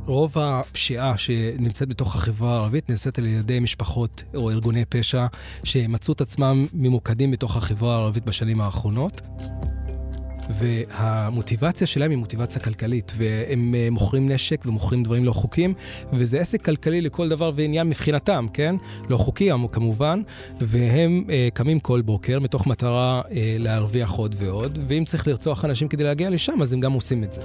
רוב הפשיעה שנמצאת בתוך החברה הערבית נעשית על ידי משפחות או ארגוני פשע שמצאו את עצמם ממוקדים בתוך החברה הערבית בשנים האחרונות. והמוטיבציה שלהם היא מוטיבציה כלכלית, והם מוכרים נשק ומוכרים דברים לא חוקיים, וזה עסק כלכלי לכל דבר ועניין מבחינתם, כן? לא חוקי כמובן, והם קמים כל בוקר מתוך מטרה להרוויח עוד ועוד, ואם צריך לרצוח אנשים כדי להגיע לשם, אז הם גם עושים את זה.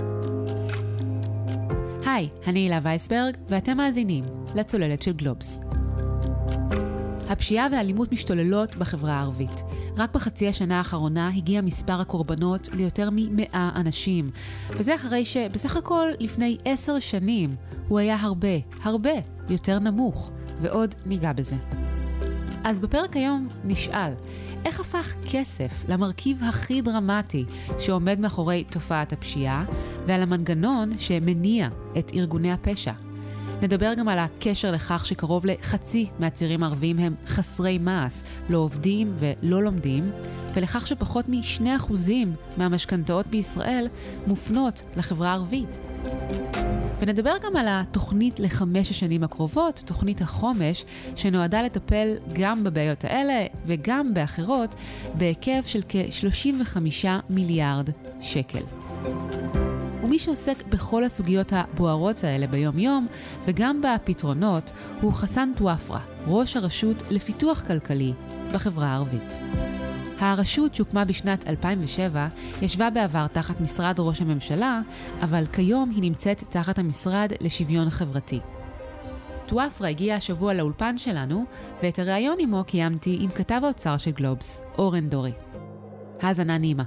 היי, אני הילה וייסברג, ואתם מאזינים לצוללת של גלובס. הפשיעה והאלימות משתוללות בחברה הערבית. רק בחצי השנה האחרונה הגיע מספר הקורבנות ליותר מ100 אנשים. וזה אחרי שבסך הכל לפני 10 שנים הוא היה הרבה יותר נמוך. ועוד ניגע בזה. אז בפרק היום נשאל, איך הפך כסף למרכיב הכי דרמטי שעומד מאחורי תופעת הפשיעה, ועל המנגנון שמניע את ארגוני הפשע? נדבר גם על הקשר לכך שקרוב לחצי מהצעירים הערבים הם חסרי מעש, לא עובדים ולא לומדים, ולכך שפחות מ2% מהמשכנתאות בישראל מופנות לחברה הערבית. ונדבר גם על התוכנית ל5 השנים הקרובות, תוכנית החומש, שנועדה לטפל גם בבעיות האלה וגם באחרות, בהיקף של כ-35 מיליארד שקל. ומי שעוסק בכל הסוגיות הבוערות האלה ביום יום, וגם בפתרונות, הוא חסן טואפרה, ראש הרשות לפיתוח כלכלי בחברה הערבית. הרשות שהוקמה בשנת 2007 ישבה בעבר תחת משרד ראש הממשלה, אבל כיום היא נמצאת תחת המשרד לשוויון חברתי. טואפרה הגיע השבוע לאולפן שלנו, ואת הראיון עמו קיימתי עם כתב האוצר של גלובס, אורן דורי. האזנה נעימה.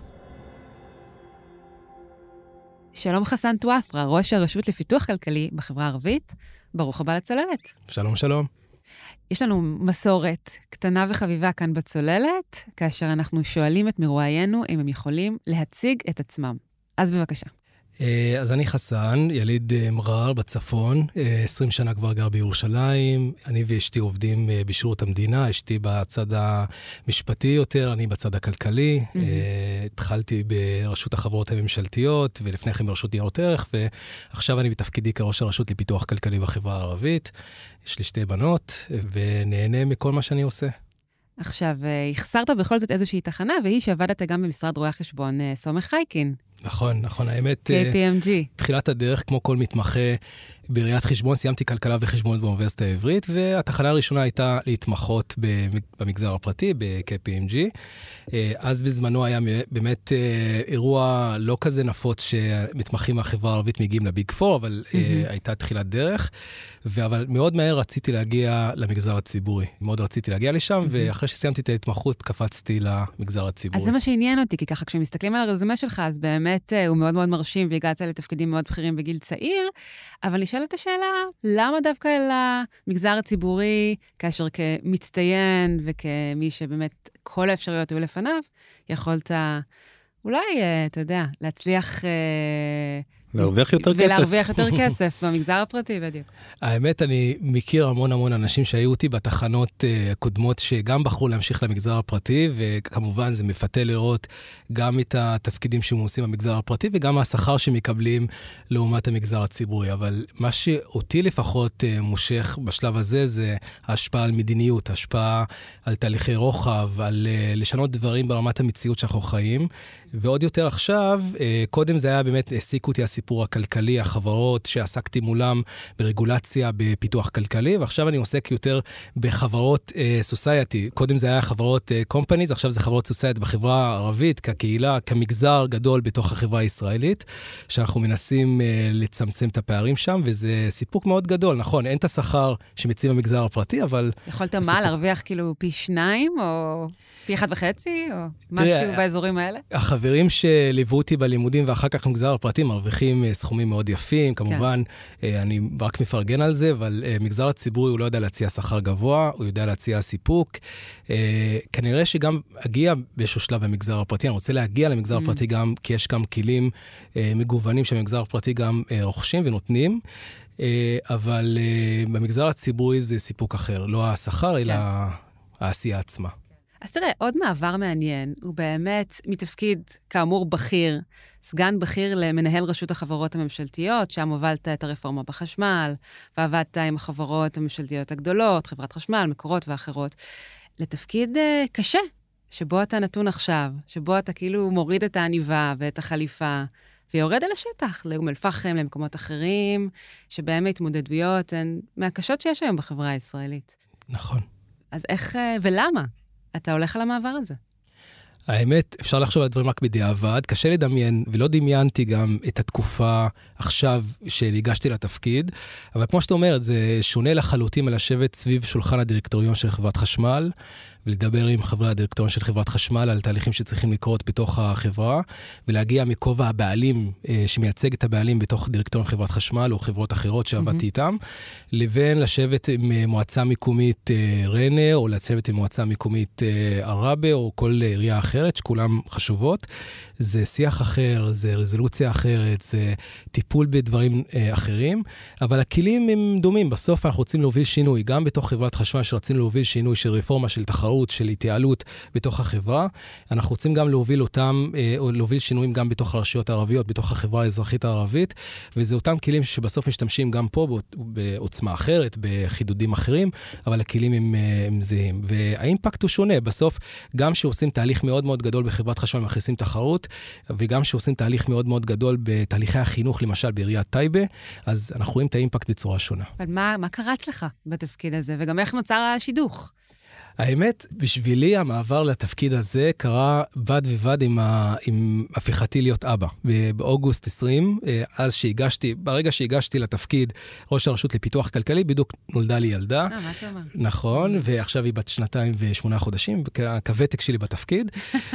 שלום חסן טואפרה, ראש הרשות לפיתוח כלכלי בחברה הערבית. ברוך הבא לצוללת. שלום, שלום. יש לנו מסורת קטנה וחביבה כאן בצוללת, כאשר אנחנו שואלים את מרואיינו אם הם יכולים להציג את עצמם. אז בבקשה. אז אני חסן, יליד מרר בצפון, 20 שנה כבר גר בירושלים. אני ואשתי עובדים בשירות המדינה, אשתי בצד המשפטי יותר, אני בצד הכלכלי. התחלתי ברשות החברות הממשלתיות, ולפני כן ברשות ניירות ערך, ועכשיו אני בתפקידי כראש הרשות לפיתוח כלכלי בחברה הערבית. יש לי 2 בנות, ונהנה מכל מה שאני עושה. עכשיו, החסרת בכל זאת איזושהי תחנה, והיא שעבדת גם במשרד רואי החשבון סומך חייקין. נכון, האמת, KPMG. תחילת הדרך, כמו כל מתמחה בראיית חשבון, סיימתי כלכלה וחשבון באוניברסיטה העברית, והתחנה הראשונה הייתה להתמחות במגזר הפרטי, ב-KPMG. אז בזמנו היה באמת אירוע לא כזה נפוץ שמתמחים מהחברה הערבית מגיעים לביג 4, אבל הייתה תחילת דרך, אבל מאוד מהר רציתי להגיע למגזר הציבורי. מאוד רציתי להגיע לשם, ואחרי שסיימתי את ההתמחות, קפצתי למגזר הציבורי. אז זה מה שעניין אותי, כי ככה כשמסתכלים על הרזומה שלך, אז באמת הוא מאוד מאוד מרשים, והגעת לתפקידים מאוד בכירים בגיל צעיר, אבל נשאלת השאלה, למה דווקא למגזר הציבורי, כאשר כמצטיין וכמי שבאמת כל האפשרויות היו לפניו, יכולת אולי, אתה יודע, להצליח להרוויח יותר כסף. ולהרוויח יותר כסף במגזר הפרטי, בדיוק. האמת, אני מכיר המון אנשים שהיו אותי בתחנות קודמות, שגם בחרו להמשיך למגזר הפרטי, וכמובן זה מפתה לראות גם את התפקידים שהם עושים במגזר הפרטי, וגם השכר שמקבלים לעומת המגזר הציבורי. אבל מה שאותי לפחות מושך בשלב הזה, זה ההשפעה על מדיניות, ההשפעה על תהליכי רוחב, על לשנות דברים ברמת המציאות שאנחנו חיים. ועוד יותר עכשיו, קודם זה היה באמת, העסיקו אותי הסיפור הכלכלי, החברות שעסקתי מולם ברגולציה, בפיתוח כלכלי, ועכשיו אני עוסק יותר בחברות סוסייטי. קודם זה היה חברות companies, עכשיו זה חברות סוסייטי בחברה הערבית, כקהילה, כמגזר גדול בתוך החברה הישראלית, שאנחנו מנסים לצמצם את הפערים שם, וזה סיפוק מאוד גדול. נכון, אין את השכר שמציעים במגזר הפרטי, אבל... יכולת מה, להרוויח כאילו פי 2, או פי 1.5, או משהו באזורים האלה? החברים שליוו אותי בלימודים ואחר כך במגזר הפרטי מרוויחים סכומים מאוד יפים, כמובן אני רק מפרגן על זה, אבל מגזר הציבורי הוא לא יודע להציע שכר גבוה, הוא יודע להציע סיפוק. כנראה שגם אגיע באיזשהו שלב במגזר הפרטי, אני רוצה להגיע למגזר הפרטי גם, כי יש גם כלים מגוונים שהמגזר הפרטי גם רוכשים ונותנים, אבל במגזר הציבורי זה סיפוק אחר, לא השכר, אלא העשייה עצמה. אז תראה, עוד מעבר מעניין, הוא באמת מתפקיד כאמור בכיר, סגן בכיר למנהל רשות החברות הממשלתיות, שם הובלת את הרפורמה בחשמל, ועבדת עם החברות הממשלתיות הגדולות, חברת חשמל, מקורות ואחרות, לתפקיד קשה, שבו אתה נתון עכשיו, שבו אתה כאילו מוריד את העניבה ואת החליפה, ויורד אל השטח, לאום אל-פחם, למקומות אחרים, שבהם ההתמודדויות הן מהקשות שיש היום בחברה הישראלית. נכון. אז איך ולמה אתה הולך על המעבר הזה? האמת, אפשר לחשוב על דברים רק בדיעבד, קשה לדמיין, ולא דמיינתי גם את התקופה עכשיו שהגשתי לתפקיד, אבל כמו שאתה אומרת, זה שונה לחלוטין לשבת סביב שולחן הדירקטוריון של חברת חשמל, ולדבר עם חברי הדירקטוריון של חברת חשמל על תהליכים שצריכים לקרות בתוך החברה, ולהגיע מכובע הבעלים, שמייצג את הבעלים בתוך דירקטוריון חברת חשמל, או חברות אחרות שעבדתי איתם, לבין לשבת עם מועצה מקומית רנה, או לשבת עם מועצה מקומית ערבה, או כל עירייה אחרת, שכולם חשובות. זה שיח אחר, זה רזולוציה אחרת, זה טיפול בדברים אחרים, אבל הכלים הם דומים. בסוף אנחנו רוצים להוביל שינוי, גם בתוך חברת חשמל שרצינו להוביל שינוי של רפורמה, של תחרות, של התייעלות בתוך החברה. אנחנו רוצים גם להוביל אותם, או להוביל שינויים גם בתוך הרשויות הערביות, בתוך החברה האזרחית הערבית, וזה אותם כלים שבסוף משתמשים גם פה בעוצמה אחרת, בחידודים אחרים, אבל הכלים הם זהים. והאימפקט הוא שונה. בסוף, גם שעושים תהליך מאוד מאוד גדול בחברת חשמל, מכניסים תחרות, וגם שעושים תהליך מאוד מאוד גדול בתהליכי החינוך, למשל בעיריית טייבה, אז אנחנו רואים את האימפקט בצורה שונה. אבל מה קרץ לך בתפקיד הזה, וגם איך נוצר השידוך? האמת, בשבילי המעבר לתפקיד הזה קרה בד ובד עם הפיכתי להיות אבא. באוגוסט 20, ברגע שהגשתי לתפקיד ראש הרשות לפיתוח כלכלי, בדיוק נולדה לי ילדה. מה אתה אומר? נכון, ועכשיו היא בת 2 ו8 חודשים, כוותק שלי בתפקיד.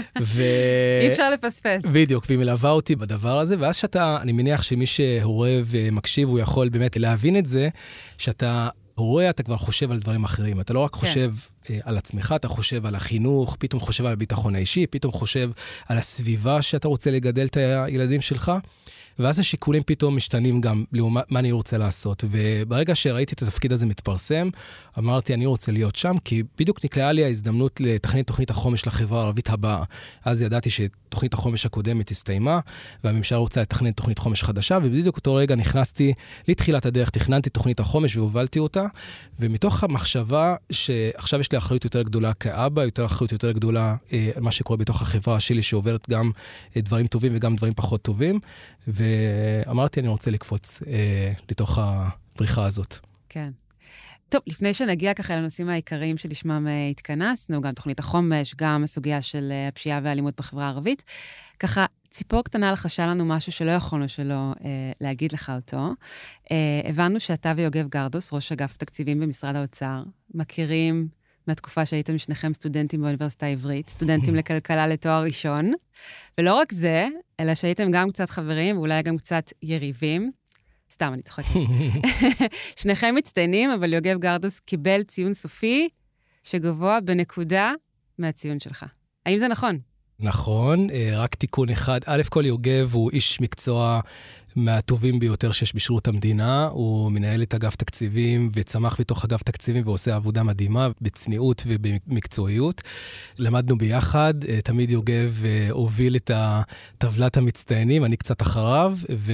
אי אפשר לפספס. בדיוק, והיא מלווה אותי בדבר הזה, ואז אני מניח שמי שהורה ומקשיב, הוא יכול באמת להבין את זה, שאתה הורה, אתה כבר חושב על דברים אחרים. אתה לא רק חושב על עצמך, אתה חושב על החינוך, פתאום חושב על הביטחון האישי, פתאום חושב על הסביבה שאתה רוצה לגדל את הילדים שלך, ואז השיקולים פתאום משתנים גם מה אני רוצה לעשות. וברגע שראיתי את התפקיד הזה מתפרסם, אמרתי, אני רוצה להיות שם, כי בדיוק נקלעה לי ההזדמנות לתכנית תוכנית החומש לחברה הערבית הבאה. אז ידעתי שתוכנית החומש הקודמת הסתיימה, והממשלה רוצה לתכנן תוכנית חומש חדשה, ובדיוק אותו רגע נכנסתי לתחילת הדרך, תכננתי תוכנית החומש והובלתי אותה, ומתוך המחשבה שעכשיו יש לי אחריות יותר גדולה כאבא, אחריות יותר גדולה על מה שקורה בתוך החברה שלי, שעוברת גם דברים טובים וגם דברים פחות טובים, ואמרתי, אני רוצה לקפוץ לתוך הבריחה הזאת. כן. טוב, לפני שנגיע ככה לנושאים העיקריים שלשמם התכנסנו, גם תוכנית החומש, גם הסוגיה של הפשיעה והאלימות בחברה הערבית, ככה ציפור קטנה לחשה לנו משהו שלא יכולנו שלא להגיד לך אותו. הבנו שאתה ויוגב גרדוס, ראש אגף תקציבים במשרד האוצר, מכירים מהתקופה שהייתם שניכם סטודנטים באוניברסיטה העברית, סטודנטים לכלכלה לתואר ראשון, ולא רק זה, אלא שהייתם גם קצת חברים, ואולי גם קצת יריבים. סתם, אני צוחקת. שניכם מצטיינים, אבל יוגב גרדוס קיבל ציון סופי שגבוה בנקודה מהציון שלך. האם זה נכון? נכון, רק תיקון אחד. א' כל יוגב הוא איש מקצוע מהטובים ביותר שיש בשירות המדינה, הוא מנהל את אגף תקציבים וצמח בתוך אגף תקציבים ועושה עבודה מדהימה בצניעות ובמקצועיות. למדנו ביחד, תמיד יוגב הוביל את טבלת המצטיינים, אני קצת אחריו,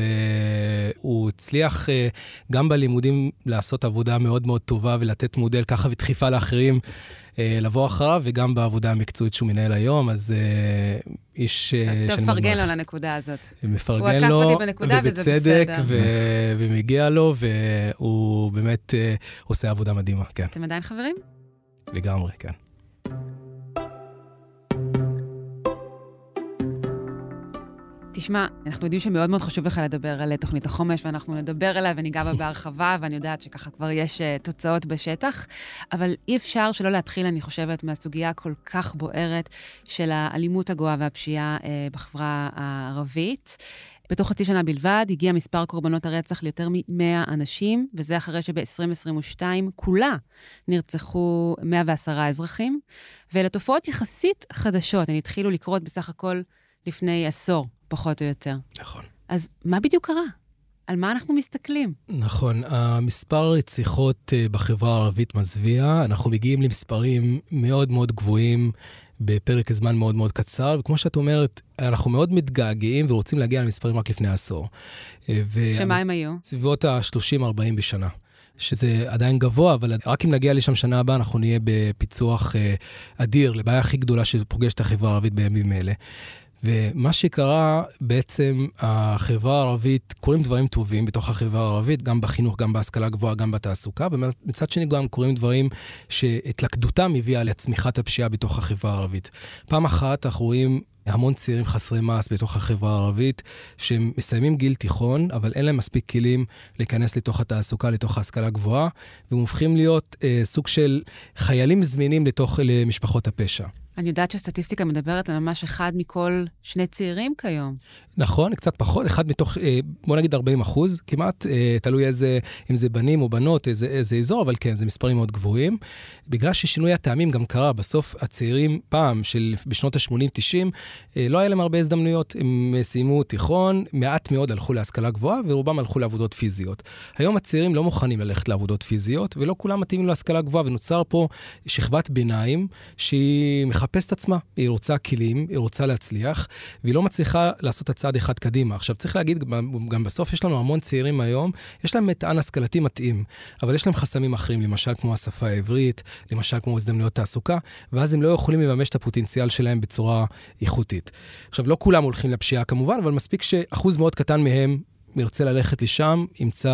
והוא הצליח גם בלימודים לעשות עבודה מאוד מאוד טובה ולתת מודל ככה ודחיפה לאחרים לבוא אחריו, וגם בעבודה המקצועית שהוא מנהל היום, אז איש... אתה מפרגן לו לנקודה הזאת. מפרגן לו, ובצדק, ומגיע לו, והוא באמת עושה עבודה מדהימה, כן. אתם עדיין חברים? לגמרי, כן. תשמע, אנחנו יודעים שמאוד מאוד חשוב לך לדבר על תוכנית החומש, ואנחנו נדבר עליה וניגע בה בהרחבה, ואני יודעת שככה כבר יש תוצאות בשטח, אבל אי אפשר שלא להתחיל, אני חושבת, מהסוגיה כל כך בוערת של האלימות הגואה והפשיעה בחברה הערבית. בתוך חצי שנה בלבד הגיע מספר קורבנות הרצח ליותר מ-100 אנשים, וזה אחרי שב-2022 כולה נרצחו 110 אזרחים, ואלה תופעות יחסית חדשות, הן התחילו לקרות בסך הכל לפני עשור. פחות או יותר. נכון. אז מה בדיוק קרה? על מה אנחנו מסתכלים? נכון. המספר רציחות בחברה הערבית מזוויע. אנחנו מגיעים למספרים מאוד מאוד גבוהים בפרק זמן מאוד מאוד קצר, וכמו שאת אומרת, אנחנו מאוד מתגעגעים ורוצים להגיע למספרים רק לפני עשור. שמה הם היו? סביבות ה-30-40 בשנה. שזה עדיין גבוה, אבל רק אם נגיע לשם שנה הבאה, אנחנו נהיה בפיצוח אדיר, לבעיה הכי גדולה שפוגשת החברה הערבית בימים אלה. ומה שקרה, בעצם החברה הערבית, קוראים דברים טובים בתוך החברה הערבית, גם בחינוך, גם בהשכלה גבוהה, גם בתעסוקה, ומצד שני גם קוראים דברים שהתלכדותם הביאה לצמיחת הפשיעה בתוך החברה הערבית. פעם אחת אנחנו רואים המון צעירים חסרי מעש בתוך החברה הערבית, שמסיימים גיל תיכון, אבל אין להם מספיק כלים להיכנס לתוך התעסוקה, לתוך ההשכלה גבוהה, והם הופכים להיות סוג של חיילים זמינים לתוך למשפחות הפשע. אני יודעת שסטטיסטיקה מדברת על ממש אחד מכל 2 צעירים כיום. נכון, קצת פחות, אחד מתוך, בוא נגיד 40% כמעט, תלוי איזה, אם זה בנים או בנות, איזה אזור, אבל כן, זה מספרים מאוד גבוהים. בגלל ששינוי הטעמים גם קרה, בסוף הצעירים פעם, בשנות ה-80-90, לא היה להם הרבה הזדמנויות, הם סיימו תיכון, מעט מאוד הלכו להשכלה גבוהה, ורובם הלכו לעבודות פיזיות. היום הצעירים לא מוכנים ללכת לעבודות פיזיות, ולא כולם מתאימים להשכלה גבוהה, ונוצר פה שכבת ביניים, שהיא מחפשת עצמה, היא רוצה כלים, היא רוצה להצליח, והיא לא מצליחה לעשות הצעד אחד קדימה. עכשיו צריך להגיד, גם בסוף יש לנו המון צעירים היום, יש להם מטען השכלתי מתאים, אבל יש להם חסמים אחרים, למשל כמו השפה העברית, למשל כמו הזדמנויות תעסוקה, ואז הם לא יכולים לממש את הפוטנציאל שלהם בצורה איכותית. עכשיו לא כולם הולכים לפשיעה כמובן, אבל מספיק שאחוז מאוד קטן מהם ירצה ללכת לשם,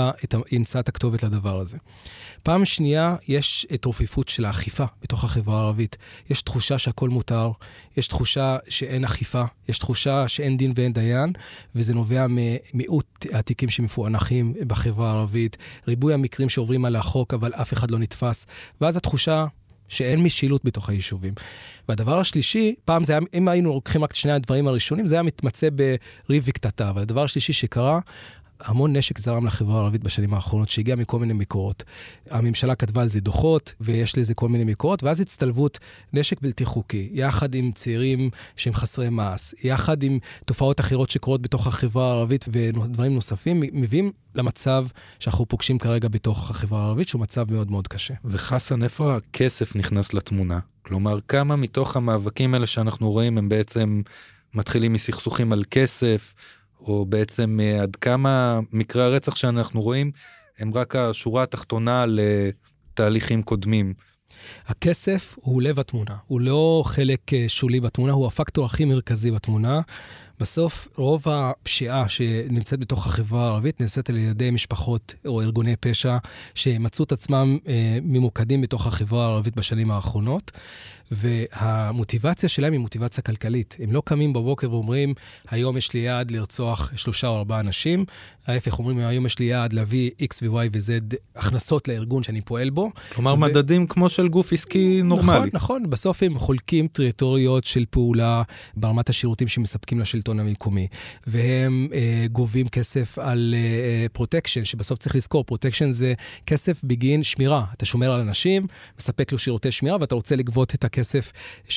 ימצא את הכתובת לדבר הזה. פעם שנייה, יש תרופיפות של האכיפה בתוך החברה הערבית. יש תחושה שהכל מותר, יש תחושה שאין אכיפה, יש תחושה שאין דין ואין דיין, וזה נובע ממיעוט התיקים שמפוענחים בחברה הערבית, ריבוי המקרים שעוברים על החוק, אבל אף אחד לא נתפס, ואז התחושה שאין משילות בתוך היישובים. והדבר השלישי, פעם זה היה, אם היינו לוקחים רק 2 הדברים הראשונים, זה היה מתמצא בריב וקטטה, אבל הדבר השלישי שקרה, המון נשק זרם לחברה הערבית בשנים האחרונות, שהגיע מכל מיני מקורות. הממשלה כתבה על זה דוחות, ויש לזה כל מיני מקורות, ואז הצטלבות נשק בלתי חוקי, יחד עם צעירים שהם חסרי מעש, יחד עם תופעות אחרות שקורות בתוך החברה הערבית, ודברים נוספים, מביאים למצב שאנחנו פוגשים כרגע בתוך החברה הערבית, שהוא מצב מאוד מאוד קשה. וחסן, איפה הכסף נכנס לתמונה? כלומר, כמה מתוך המאבקים האלה שאנחנו רואים, הם בעצם מתחילים מסכסוכים על כסף, או בעצם עד כמה מקרי הרצח שאנחנו רואים, הם רק השורה התחתונה לתהליכים קודמים. הכסף הוא לב התמונה, הוא לא חלק שולי בתמונה, הוא הפקטור הכי מרכזי בתמונה. בסוף רוב הפשיעה שנמצאת בתוך החברה הערבית נעשית על ידי משפחות או ארגוני פשע שמצאו את עצמם ממוקדים בתוך החברה הערבית בשנים האחרונות, והמוטיבציה שלהם היא מוטיבציה כלכלית. הם לא קמים בבוקר ואומרים, היום יש לי יעד לרצוח 3 או 4 אנשים, ההפך אומרים, היום יש לי יעד להביא X ו-Y ו-Z הכנסות לארגון שאני פועל בו. כלומר, מדדים כמו של גוף עסקי נורמלי. נכון. בסוף הם חולקים טריטוריות של פעולה ברמת השירותים שמספקים לשלטון המקומי, והם גובים כסף על פרוטקשן, שבסוף צריך לזכור, פרוטקשן זה כסף בגין שמירה. אתה שומר על אנשים, מספק לו שירותי שמירה, ואתה רוצה לגבות את הכסף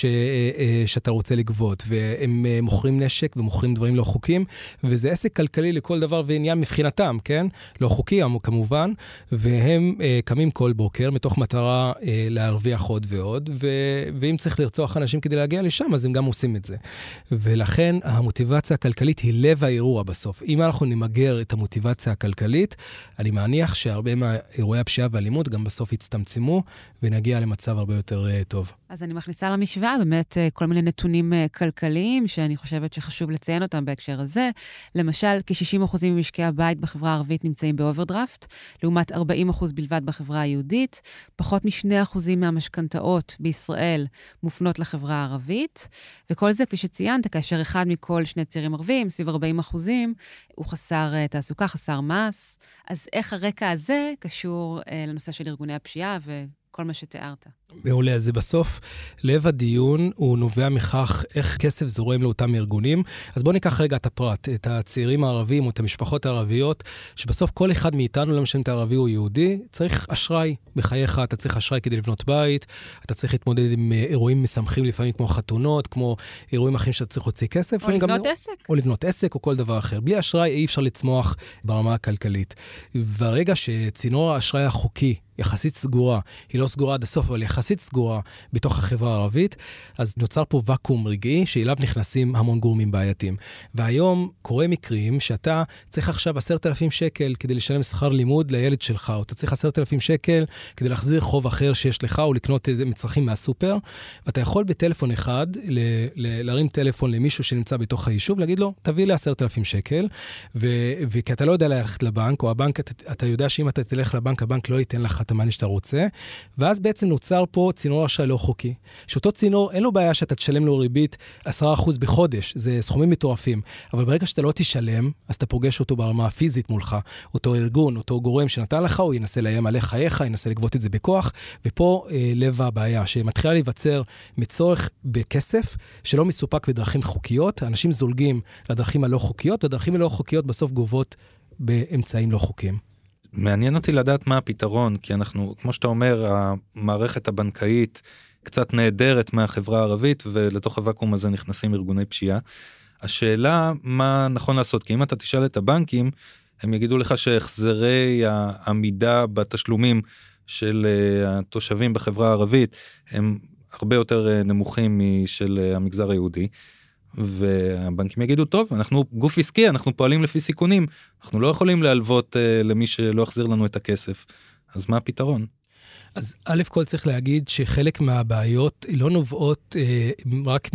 שאתה רוצה לגבות. והם מוכרים נשק ומוכרים דברים לא חוקיים, וזה עסק כלכלי לכל דבר ועניין מבחינתם, כן? לא חוקי, כמובן, והם קמים כל בוקר מתוך מטרה להרוויח עוד ועוד, ואם צריך לרצוח אנשים כדי להגיע לשם, אז הם גם עושים את זה. ולכן המוטיבציה הכלכלית היא לב האירוע בסוף. אם אנחנו נמגר את המוטיבציה הכלכלית, אני מניח שהרבה מהאירועי הפשיעה והאלימות גם בסוף יצטמצמו, ונגיע למצב הרבה יותר טוב. אז אני מכניסה למשוואה באמת כל מיני נתונים כלכליים, שאני חושבת שחשוב לציין אותם בהקשר הזה. למשל, כ-60% ממשקי הבית בחברה הערבית נמצאים באוברדרפט, לעומת 40% בלבד בחברה היהודית. פחות מ2% מהמשכנתאות בישראל מופנות לחברה הערבית, וכל זה, כפי שציינת, כאשר אחד מכל 2 צעירים ערבים, סביב 40%, הוא חסר תעסוקה, חסר מס. אז איך הרקע הזה קשור לנושא של ארגוני הפשיעה וכל מה שתיארת? מעולה, אז זה בסוף, לב הדיון הוא נובע מכך איך כסף זורם לאותם ארגונים. אז בואו ניקח רגע את הפרט, את הצעירים הערבים או את המשפחות הערביות, שבסוף כל אחד מאיתנו, לא משנה אם אתה ערבי או יהודי, צריך אשראי בחייך, אתה צריך אשראי כדי לבנות בית, אתה צריך להתמודד עם אירועים משמחים לפעמים כמו חתונות, כמו אירועים אחרים שאתה צריך להוציא כסף. או לבנות עסק. או לבנות עסק או כל דבר אחר. בלי אשראי אי אפשר לצמוח ברמה הכלכלית. והרגע שצינור האשראי החוקי יחסית סגורה, היא לא סגורה עד הסוף, אבל יחסית סגורה בתוך החברה הערבית, אז נוצר פה וקום רגעי, שאליו נכנסים המון גורמים בעייתיים. והיום קורה מקרים שאתה צריך עכשיו 10,000 שקל כדי לשלם שכר לימוד לילד שלך, או אתה צריך 10,000 שקל כדי להחזיר חוב אחר שיש לך, או לקנות מצרכים מהסופר, ואתה יכול בטלפון אחד להרים טלפון למישהו שנמצא בתוך היישוב, להגיד לו, תביא לי 10,000 שקל, וכי אתה לא יודע ללכת לבנק, או הבנק, אתה יודע שאם אתה תלך לבנק, הבנק לא ייתן לך את המענה שאתה רוצה, ואז בעצם נוצר פה צינור אשראי לא חוקי. שאותו צינור, אין לו בעיה שאתה תשלם לו ריבית 10% בחודש, זה סכומים מטורפים, אבל ברגע שאתה לא תשלם, אז אתה פוגש אותו ברמה הפיזית מולך, אותו ארגון, אותו גורם שנתן לך, הוא ינסה לאיים עליך חייך, ינסה לגבות את זה בכוח, ופה לב הבעיה, שמתחילה להיווצר מצורך בכסף, שלא מסופק בדרכים חוקיות, האנשים זולגים לדרכים הלא חוקיות, והדרכים הלא חוקיות בסוף גובות באמצעים לא חוקיים. מעניין אותי לדעת מה הפתרון, כי אנחנו, כמו שאתה אומר, המערכת הבנקאית קצת נהדרת מהחברה הערבית, ולתוך הוואקום הזה נכנסים ארגוני פשיעה. השאלה מה נכון לעשות, כי אם אתה תשאל את הבנקים, הם יגידו לך שהחזרי העמידה בתשלומים של התושבים בחברה הערבית, הם הרבה יותר נמוכים משל המגזר היהודי, והבנקים יגידו, טוב, אנחנו גוף עסקי, אנחנו פועלים לפי סיכונים, אנחנו לא יכולים להלוות למי שלא יחזיר לנו את הכסף, אז מה הפתרון? אז א' כל צריך להגיד שחלק מהבעיות לא נובעות רק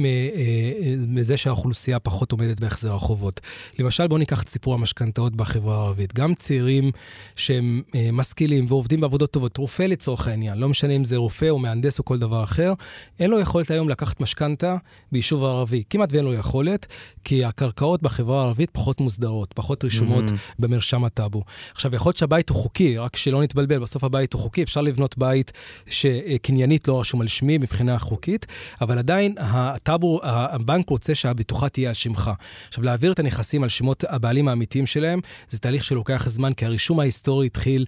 מזה שהאוכלוסייה פחות עומדת בהחזר החובות. למשל, בואו ניקח את סיפור המשכנתאות בחברה הערבית. גם צעירים שהם משכילים ועובדים בעבודות טובות, רופא לצורך העניין, לא משנה אם זה רופא או מהנדס או כל דבר אחר, אין לו יכולת היום לקחת משכנתה ביישוב הערבי. כמעט ואין לו יכולת, כי הקרקעות בחברה הערבית פחות מוסדרות, פחות רשומות במרשם הטאבו. עכשיו, יכול להיות שהבית הוא חוקי, רק שלא נתבלבל, בסוף הבית הוא חוקי, אפשר לבנות בית שקניינית לא רשום על שמי מבחינה חוקית, אבל עדיין הטאבו, הבנק רוצה שהבטוחה תהיה על שמך. עכשיו, להעביר את הנכסים על שמות הבעלים האמיתיים שלהם, זה תהליך שלוקח זמן, כי הרישום ההיסטורי התחיל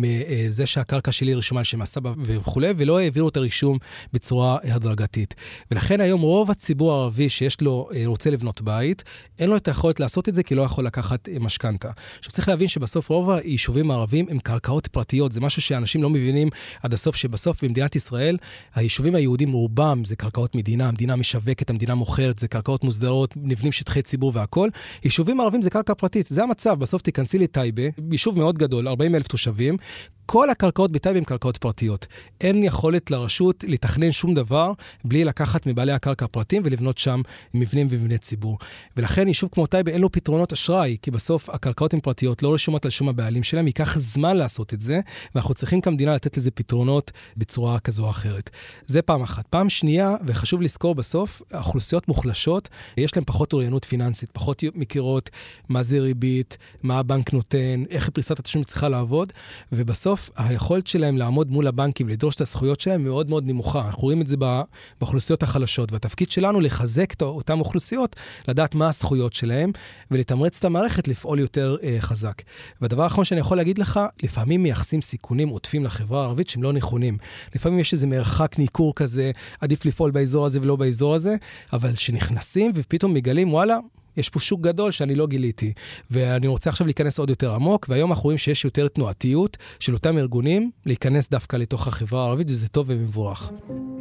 מזה שהקרקע שלי רשומה על שם הסבא וכו', ולא העבירו את הרישום בצורה הדרגתית. ולכן היום רוב הציבור הערבי שיש לו, רוצה לבנות בית, אין לו את היכולת לעשות את זה, כי לא יכול לקחת משכנתה. עכשיו, צריך להבין שבסוף רוב היישובים הערבים הם קרקעות פרטיות, זה משהו שאנשים לא מבינים עד הסוף, שבסוף במדינת ישראל, היישובים היהודים רובם זה קרקעות מדינה, המדינה משווקת, המדינה מוכרת, זה קרקעות מוסדרות, נבנים שטחי ציבור והכל. יישובים ערבים זה קרקע פרטית, זה המצב, בסוף תיכנסי לטייבה, יישוב מאוד גדול, 40,000 תושבים, כל הקרקעות בטייבה הם קרקעות פרטיות. אין יכולת לרשות לתכנן שום דבר בלי לקחת מבעלי הקרקע הפרטיים ולבנות שם מבנים ומבני ציבור. ולכן יישוב כמו טייבה אין לו פתרונות אשראי, כי בסוף הקרקעות הן פרטיות, לא רשומות על שום הבעלים שלהם, ייקח זמן לעשות את זה, ואנחנו צריכים כמדינה לתת לזה פתרונות בצורה כזו או אחרת. זה פעם אחת. פעם שנייה, וחשוב לזכור בסוף, האוכלוסיות מוחלשות, יש להם פחות אוריינות פיננסית, פחות מכירות מה זה ריבית, מה הבנק נותן, איך פריסת התשלום צריכה לעבוד, ובסוף היכולת שלהם לעמוד מול הבנקים ולדרוש את הזכויות שלהם מאוד מאוד נמוכה. אנחנו רואים את זה באוכלוסיות החלשות, והתפקיד שלנו לחזק את אותם אוכלוסיות, לדעת מה הזכויות שלהם, ולתמרץ את המערכת לפעול יותר חזק. והדבר האחרון שאני יכול להגיד לך, לפעמים מייחסים סיכונים עוטפים לחברה הערבית שהם לא נכונים. לפעמים יש איזה מרחק ניכור כזה, עדיף לפעול באזור הזה ולא באזור הזה, אבל שנכנסים ופתאום מגלים, וואלה, יש פה שוק גדול שאני לא גיליתי, ואני רוצה עכשיו להיכנס עוד יותר עמוק, והיום אנחנו רואים שיש יותר תנועתיות של אותם ארגונים להיכנס דווקא לתוך החברה הערבית, וזה טוב ומבורך.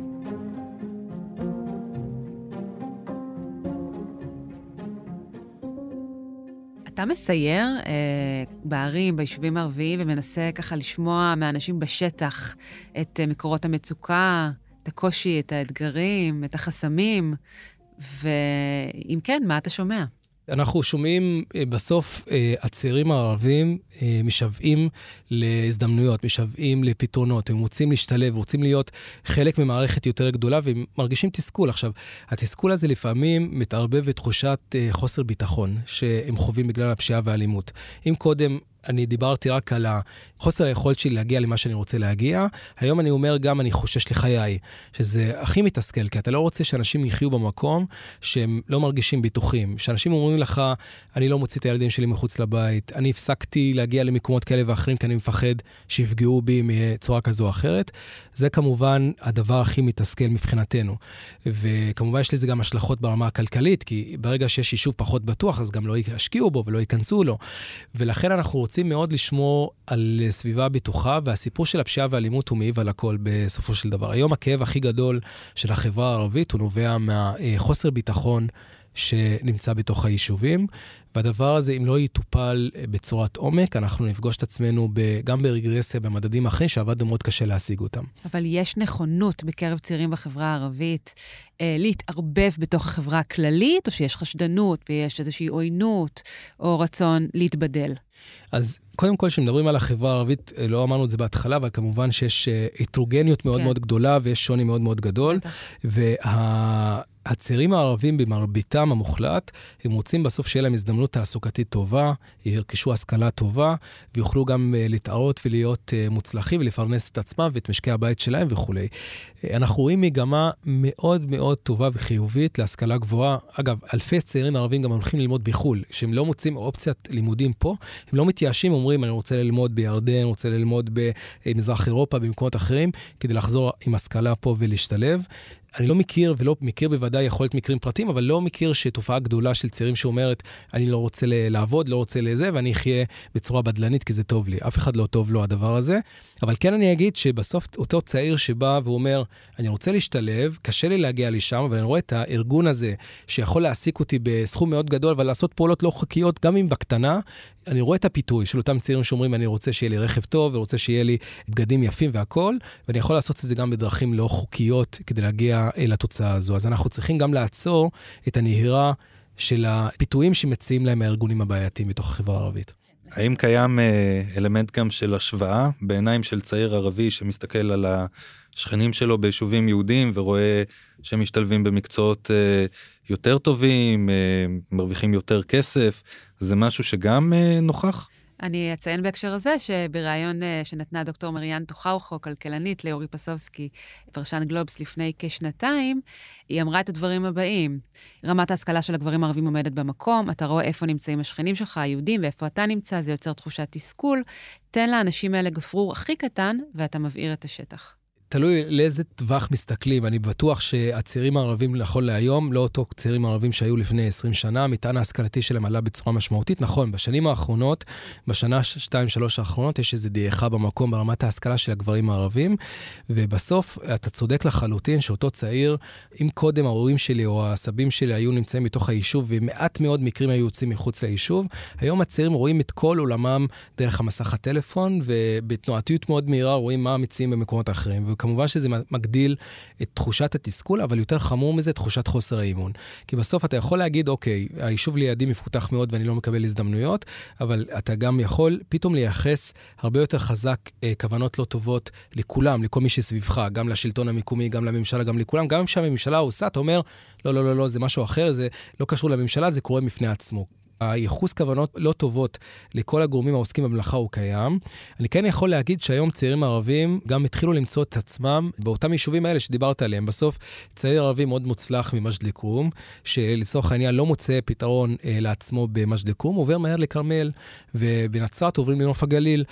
אתה מסייר בערים, ביישובים הערביים, ומנסה ככה לשמוע מאנשים בשטח את מקורות המצוקה, את הקושי, את האתגרים, את החסמים, ואם כן, מה אתה שומע? אנחנו שומעים בסוף הצעירים הערבים משוועים להזדמנויות, משוועים לפתרונות, הם רוצים להשתלב, רוצים להיות חלק ממערכת יותר גדולה, והם מרגישים תסכול. עכשיו, התסכול הזה לפעמים מתערבב בתחושת חוסר ביטחון שהם חווים בגלל הפשיעה והאלימות. אם קודם אני דיברתי רק על חוסר היכולת שלי להגיע למה שאני רוצה להגיע, היום אני אומר גם אני חושש לחיי, שזה הכי מתסכל, כי אתה לא רוצה שאנשים יחיו במקום שהם לא מרגישים ביטוחים, שאנשים אומרים לך, אני לא מוציא את הילדים שלי מחוץ לבית, אני הפסקתי להגיע למקומות כאלה ואחרים, כי אני מפחד שיפגעו בי מצורה כזו או אחרת, זה כמובן הדבר הכי מתסכל מבחינתנו, וכמובן יש לזה גם השלכות ברמה הכלכלית, כי ברגע שיש יישוב פחות בטוח, אז גם לא ישקיעו בו ולא ייכנסו לו, ולכן אנחנו רוצים מאוד לשמור על סביבה בטוחה, והסיפור של הפשיעה והאלימות הוא מעיב על הכל בסופו של דבר. היום הכאב הכי גדול של החברה הערבית הוא נובע מהחוסר ביטחון שנמצא בתוך היישובים, והדבר הזה, אם לא יטופל בצורת עומק, אנחנו נפגוש את עצמנו גם ברגרסיה, במדדים אחרים, שעבדנו מאוד קשה להשיג אותם. אבל יש נכונות בקרב צעירים בחברה הערבית להתערבב בתוך החברה הכללית, או שיש חשדנות ויש איזושהי עוינות, או רצון להתבדל? אז קודם כל, כשמדברים על החברה הערבית, לא אמרנו את זה בהתחלה, אבל כמובן שיש הטרוגניות מאוד מאוד גדולה, ויש שוני מאוד מאוד גדול, הצעירים הערבים במרביתם המוחלט, הם רוצים בסוף שיהיה להם הזדמנות תעסוקתית טובה, ירכשו השכלה טובה, ויוכלו גם להתערות ולהיות מוצלחים, ולפרנס את עצמם ואת משקי הבית שלהם וכו'. אנחנו רואים מגמה מאוד מאוד טובה וחיובית להשכלה גבוהה. אגב, אלפי צעירים ערבים גם הולכים ללמוד בחול, שהם לא מוצאים אופציית לימודים פה, הם לא מתייאשים, אומרים, אני רוצה ללמוד בירדן, אני רוצה ללמוד במזרח אירופה, במקומות אחרים, כדי לחזור עם השכלה פה ולהשתלב. אני לא מכיר, ולא מכיר בוודאי יכול להיות מקרים פרטיים, אבל לא מכיר שתופעה גדולה של צעירים שאומרת, אני לא רוצה לעבוד, לא רוצה לזה, ואני אחיה בצורה בדלנית, כי זה טוב לי. אף אחד לא טוב לו הדבר הזה. אבל כן אני אגיד שבסוף אותו צעיר שבא ואומר, אני רוצה להשתלב, קשה לי להגיע לשם, אבל אני רואה את הארגון הזה, שיכול להעסיק אותי בסכום מאוד גדול, אבל לעשות פעולות לא חוקיות, גם אם בקטנה, אני רואה את הפיתוי של אותם צעירים שאומרים, אני רוצה שיהיה לי רכב טוב, ורוצה שיהיה לי בגדים יפים והכל, ואני יכול לעשות את זה גם בדרכים לא חוקיות, כדי להגיע לתוצאה הזו. אז אנחנו צריכים גם לעצור את הנהירה של הפיתויים שמציעים להם הארגונים הבעייתיים בתוך החברה הערבית. האם קיים אלמנט גם של השוואה בעיניים של צעיר ערבי שמסתכל על השכנים שלו ביישובים יהודים ורואה שהם משתלבים במקצועות יותר טובים, מרוויחים יותר כסף? זה משהו שגם נוכח? אני אציין בהקשר הזה שבראיון שנתנה דוקטור מריאן תוכאוכו, כלכלנית לאורי פסובסקי, פרשן גלובס לפני כשנתיים, היא אמרה את הדברים הבאים. רמת ההשכלה של הגברים הערבים עומדת במקום, אתה רואה איפה נמצאים השכנים שלך, היהודים, ואיפה אתה נמצא, זה יוצר תחושת תסכול. תן לאנשים האלה גפרור הכי קטן, ואתה מבעיר את השטח. תלוי לאיזה טווח מסתכלים. אני בטוח שהצעירים הערבים נכון להיום, לא אותו צעירים הערבים שהיו לפני 20 שנה, המטען ההשכלתי שלהם עלה בצורה משמעותית. נכון, בשנים האחרונות, בשנה 2-3 האחרונות, יש איזו דעיכה במקום ברמת ההשכלה של הגברים הערבים, ובסוף אתה צודק לחלוטין שאותו צעיר, אם קודם ההורים שלי או הסבים שלי היו נמצאים בתוך היישוב, ומעט מאוד מקרים היו יוצאים מחוץ ליישוב, היום הצעירים רואים את כל עולמם דרך המסך הטלפון, ובתנועתיות מאוד מהירה רואים מה מציעים במקומות אחרים. כמובן שזה מגדיל את תחושת התסכול, אבל יותר חמור מזה, תחושת חוסר האימון. כי בסוף אתה יכול להגיד, אוקיי, היישוב לידי מפותח מאוד ואני לא מקבל הזדמנויות, אבל אתה גם יכול פתאום לייחס הרבה יותר חזק כוונות לא טובות לכולם, לכל מי שסביבך, גם לשלטון המקומי, גם לממשלה, גם לכולם. גם כשהממשלה עושה, אתה אומר, לא, זה משהו אחר, זה לא קשור לממשלה, זה קורה מפני עצמו. הייחוס כוונות לא טובות לכל הגורמים העוסקים במלאכה הוא קיים. אני כן יכול להגיד שהיום צעירים ערבים גם התחילו למצוא את עצמם באותם יישובים האלה שדיברת עליהם. בסוף צעיר ערבי מאוד מוצלח ממג'ד אל-כרום, שלצורך העניין לא מוצא פתרון לעצמו במג'ד אל-כרום, עובר מהר לכרמל, ובנצרת עוברים לנוף הגליל,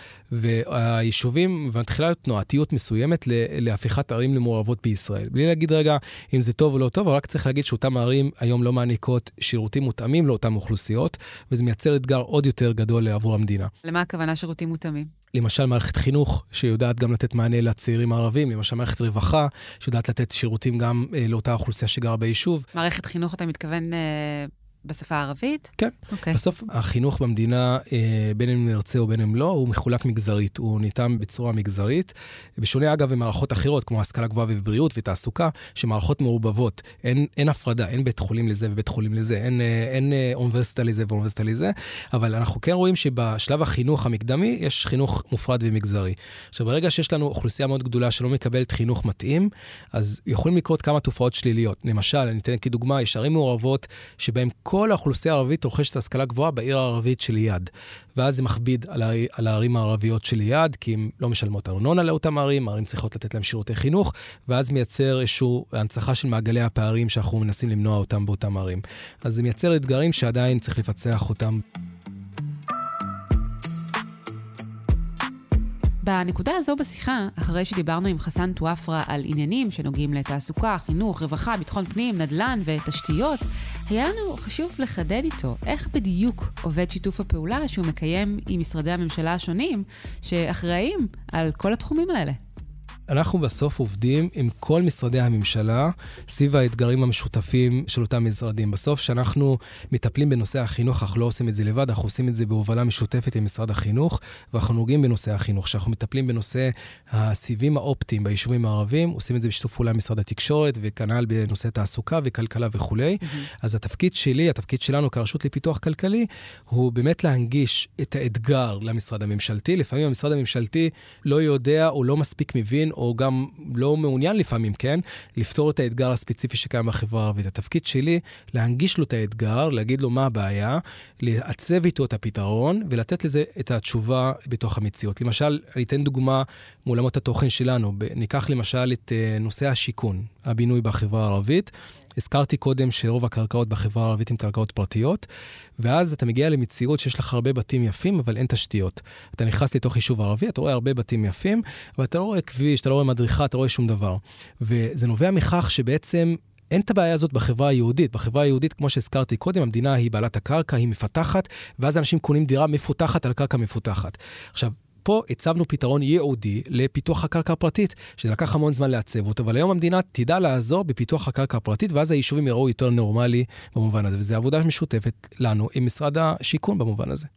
והיישובים, ומתחילה תנועתיות מסוימת להפיכת ערים למעורבות בישראל. בלי להגיד רגע אם זה טוב או לא טוב, אבל רק צריך להגיד שאותם ערים היום לא מעניקות שירותים מותאמים לאותם אוכלוסיות, וזה מייצר אתגר עוד יותר גדול עבור המדינה. למה הכוונה שירותים מותאמים? למשל מערכת חינוך שיודעת גם לתת מענה לצעירים הערבים, למשל מערכת רווחה שיודעת לתת שירותים גם לאותה אוכלוסייה שגרה ביישוב. מערכת חינוך אתה מתכוון בשפה הערבית? כן. Okay. בסוף החינוך במדינה, בין אם נרצה או בין אם לא, הוא מחולק מגזרית, הוא ניתן בצורה מגזרית, בשונה אגב במערכות אחרות, כמו השכלה גבוהה ובריאות ותעסוקה, שמערכות מעורבבות, אין הפרדה, אין בית חולים לזה ובית חולים לזה, אין אוניברסיטה לזה ואוניברסיטה לזה, אבל אנחנו כן רואים שבשלב החינוך המקדמי, יש חינוך מופרד ומגזרי. עכשיו, ברגע שיש לנו אוכלוסייה מאוד גדולה שלא מקבלת חינוך מתאים, אז יכולים לקרות כמה תופעות שליליות. למשל, אני אתן כדוגמה, יש ערים מעורבות שבהם כל האוכלוסייה הערבית רוכשת השכלה גבוהה בעיר הערבית שליד. ואז זה מכביד על הערים הערביות שליד, כי הם לא משלמות ארנונה לאותם ערים, הערים צריכות לתת להם שירותי חינוך, ואז מייצר איזשהו הנצחה של מעגלי הפערים שאנחנו מנסים למנוע אותם באותם ערים. אז זה מייצר אתגרים שעדיין צריך לפצח אותם. בנקודה הזו בשיחה, אחרי שדיברנו עם חסן טואפרה על עניינים שנוגעים לתעסוקה, חינוך, רווחה, ביטחון פנים, נדל"ן ותשתיות, היה לנו חשוב לחדד איתו איך בדיוק עובד שיתוף הפעולה שהוא מקיים עם משרדי הממשלה השונים שאחראים על כל התחומים האלה. אנחנו בסוף עובדים עם כל משרדי הממשלה סביב האתגרים המשותפים של אותם משרדים. בסוף שאנחנו מטפלים בנושא החינוך, אנחנו לא עושים את זה לבד, אנחנו עושים את זה בהובלה משותפת עם משרד החינוך, ואנחנו נוגעים בנושא החינוך. שאנחנו מטפלים בנושא הסיבים האופטיים ביישובים הערבים, עושים את זה בשיתוף פעולה עם משרד התקשורת, וכנ"ל בנושא תעסוקה וכלכלה וכו'. אז התפקיד שלי, התפקיד שלנו כרשות לפיתוח כלכלי, הוא באמת להנגיש את האתגר למשרד הממשלתי. לפעמים המשרד הממשלתי לא יודע או לא מספיק מבין, או גם לא מעוניין לפעמים, כן? לפתור את האתגר הספציפי שקיים בחברה הערבית. התפקיד שלי, להנגיש לו את האתגר, להגיד לו מה הבעיה, לעצב איתו את הפתרון, ולתת לזה את התשובה בתוך המציאות. למשל, אני אתן דוגמה מעולמות התוכן שלנו. ניקח למשל את נושא השיכון, הבינוי בחברה הערבית. הזכרתי קודם שרוב הקרקעות בחברה הערבית הן קרקעות פרטיות, ואז אתה מגיע למציאות שיש לך הרבה בתים יפים, אבל אין תשתיות. אתה נכנס לתוך יישוב ערבי, אתה רואה הרבה בתים יפים, אבל אתה לא רואה כביש, אתה לא רואה מדריכה, אתה לא רואה שום דבר. וזה נובע מכך שבעצם אין את הבעיה הזאת בחברה היהודית. בחברה היהודית, כמו שהזכרתי קודם, המדינה היא בעלת הקרקע, היא מפתחת, ואז אנשים קונים דירה מפותחת על קרקע מפותחת. עכשיו, פה הצבנו פתרון ייעודי לפיתוח הקרקע הפרטית, שזה לקח המון זמן לעצב אותו, אבל היום המדינה תדע לעזור בפיתוח הקרקע הפרטית, ואז היישובים יראו יותר נורמלי במובן הזה, וזו עבודה משותפת לנו עם משרד השיכון במובן הזה.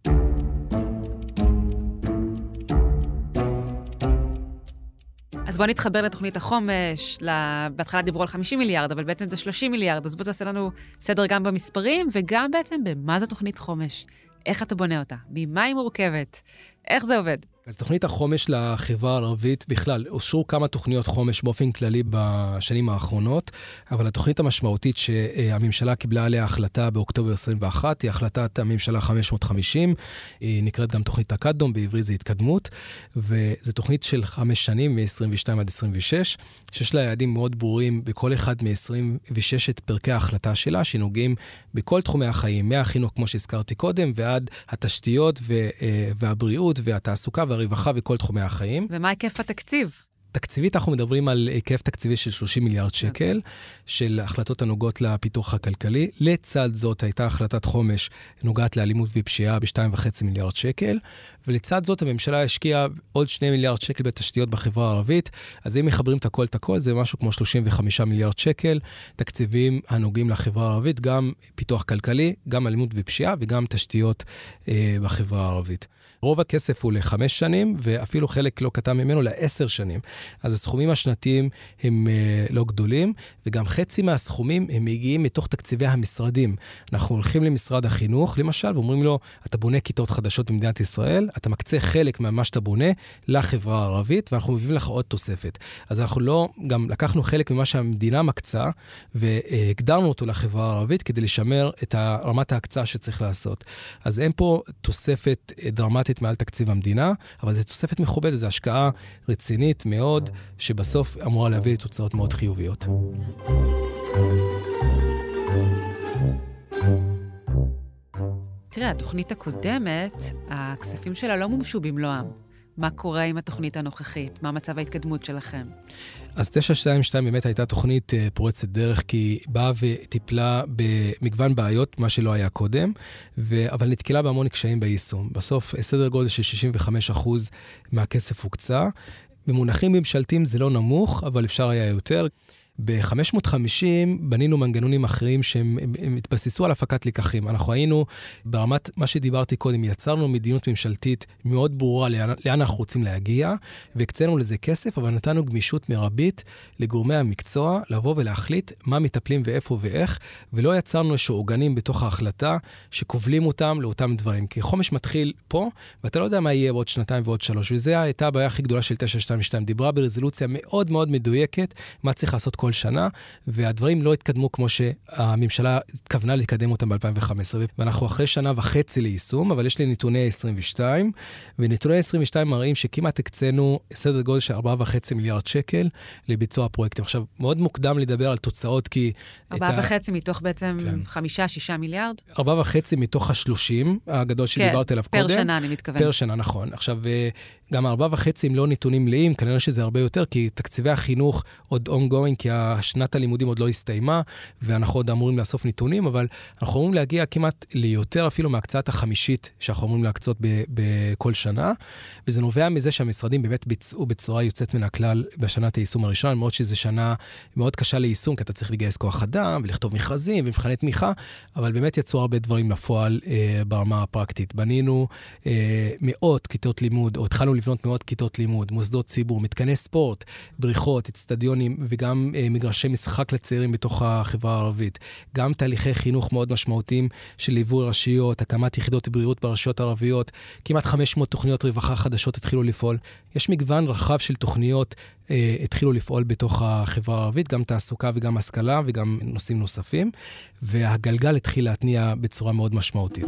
אז בוא נתחבר לתוכנית החומש, בהתחלה דיברו על 50 מיליארד, אבל בעצם זה 30 מיליארד, אז בוא תעשה לנו סדר גם במספרים, וגם בעצם במה זה תוכנית חומש, איך אתה בונה אותה, ממה היא מורכבת, איך זה עובד. אז תוכנית החומש לחברה הערבית בכלל, אושרו כמה תוכניות חומש באופן כללי בשנים האחרונות, אבל התוכנית המשמעותית שהממשלה קיבלה עליה החלטה באוקטובר 21, היא החלטת הממשלה 550, היא נקראת גם תוכנית הקדום, בעברית זה התקדמות, וזו תוכנית של 5 שנים, מ-22 עד 26, שיש לה יעדים מאוד ברורים בכל אחד מ-26 פרקי ההחלטה שלה, שנוגעים בכל תחומי החיים, מהחינוך כמו שהזכרתי קודם, ועד התשתיות והבריאות והתעסוקה והרווחה וכל תחומי החיים. ומה היקף התקציב? תקציבית אנחנו מדברים על היקף תקציבי של 30 מיליארד שקל, של החלטות הנוגעות לפיתוח הכלכלי. לצד זאת הייתה החלטת חומש נוגעת לאלימות ופשיעה ב-2.5 מיליארד שקל, ולצד זאת הממשלה השקיעה עוד 2 מיליארד שקל בתשתיות בחברה הערבית, אז אם מחברים את הכל, זה משהו כמו 35 מיליארד שקל, תקציבים הנוגעים לחברה הערבית, גם פיתוח כלכלי, גם אלימות ופשיעה וגם תשתיות בחברה הערבית. רוב הכסף הוא ל5 שנים, ואפילו חלק לא קטן ממנו ל10 שנים. אז הסכומים השנתיים הם לא גדולים, וגם חצי מהסכומים הם מגיעים מתוך תקציבי המשרדים. אנחנו הולכים למשרד החינוך, למשל, ואומרים לו, אתה בונה כיתות חדשות במדינת ישראל, אתה מקצה חלק ממה שאתה בונה לחברה הערבית, ואנחנו מביאים לך עוד תוספת. אז אנחנו לא, גם לקחנו חלק ממה שהמדינה מקצה, והגדרנו אותו לחברה הערבית, כדי לשמר את רמת ההקצאה שצריך לעשות. אז אין פה תוספת דרמטית מעל תקציב המדינה, אבל זו תוספת מכובדת, זו השקעה רצינית מאוד, שבסוף אמורה להביא לתוצאות מאוד חיוביות. תראה, התוכנית הקודמת, הכספים שלה לא מומשו במלואם. מה קורה עם התוכנית הנוכחית? מה מצב ההתקדמות שלכם? אז 922 באמת הייתה תוכנית פורצת דרך, כי היא באה וטיפלה במגוון בעיות, מה שלא היה קודם, אבל נתקלה בהמון קשיים ביישום. בסוף, סדר גודל של 65% מהכסף הוקצה. במונחים ממשלתיים זה לא נמוך, אבל אפשר היה יותר. ב-550 בנינו מנגנונים אחרים שהם התבססו על הפקת לקחים. אנחנו היינו ברמת מה שדיברתי קודם, יצרנו מדיניות ממשלתית מאוד ברורה לאן אנחנו רוצים להגיע, והקצינו לזה כסף, אבל נתנו גמישות מרבית לגורמי המקצוע, לבוא ולהחליט מה מטפלים ואיפה ואיך, ולא יצרנו שעוגנים בתוך ההחלטה שכובלים אותם לאותם דברים. כי חומש מתחיל פה, ואתה לא יודע מה יהיה בעוד 2 ועוד 3, וזה הייתה הבעיה הכי גדולה של 922. דיברה ברזולוציה מאוד מאוד מדויקת, מה צריך לעשות כל שנה, והדברים לא התקדמו כמו שהממשלה התכוונה להתקדם אותם ב-2015, ואנחנו אחרי 1.5 שנה ליישום, אבל יש לי נתוני 22, ונתוני 22 מראים שכמעט הקצינו סדר גודל של 4.5 מיליארד שקל לביצוע הפרויקטים. עכשיו, מאוד מוקדם לדבר על תוצאות, כי 4.5 מתוך בעצם 5-6 מיליארד? 4.5 מתוך 30 הגדול שדיברתי עליו קודם. פר שנה אני מתכוון. פר שנה, נכון. עכשיו, גם 4.5 לא נתונים מלאים, כנראה שזה הרבה יותר, כי תקציבי החינוך עוד ongoing, כי שנת הלימודים עוד לא הסתיימה, ואנחנו עוד אמורים לאסוף נתונים, אבל אנחנו אמורים להגיע כמעט ליותר אפילו מהקצת החמישית שאנחנו אמורים להקצות בכל שנה, וזה נובע מזה שהמשרדים באמת ביצעו בצורה יוצאת מן הכלל בשנת היישום הראשון, מאוד שזו שנה מאוד קשה ליישום, כי אתה צריך לגייס כוח אדם, ולכתוב מכרזים ומבחני תמיכה, אבל באמת יצאו הרבה דברים לפועל ברמה הפרקטית. בנינו מאות כיתות לימוד, או התחלנו לבנות מאות כיתות לימוד, מוסדות ציבור, מתקני ספורט, בריכות, אצטדיונים, וגם מגרשי משחק לצעירים בתוך החברה הערבית. גם תהליכי חינוך מאוד משמעותיים של ליווי רשויות, הקמת יחידות בריאות ברשויות הערביות, כמעט 500 תוכניות רווחה חדשות התחילו לפעול. יש מגוון רחב של תוכניות התחילו לפעול בתוך החברה הערבית, גם תעסוקה וגם השכלה וגם נושאים נוספים, והגלגל התחיל להתניע בצורה מאוד משמעותית.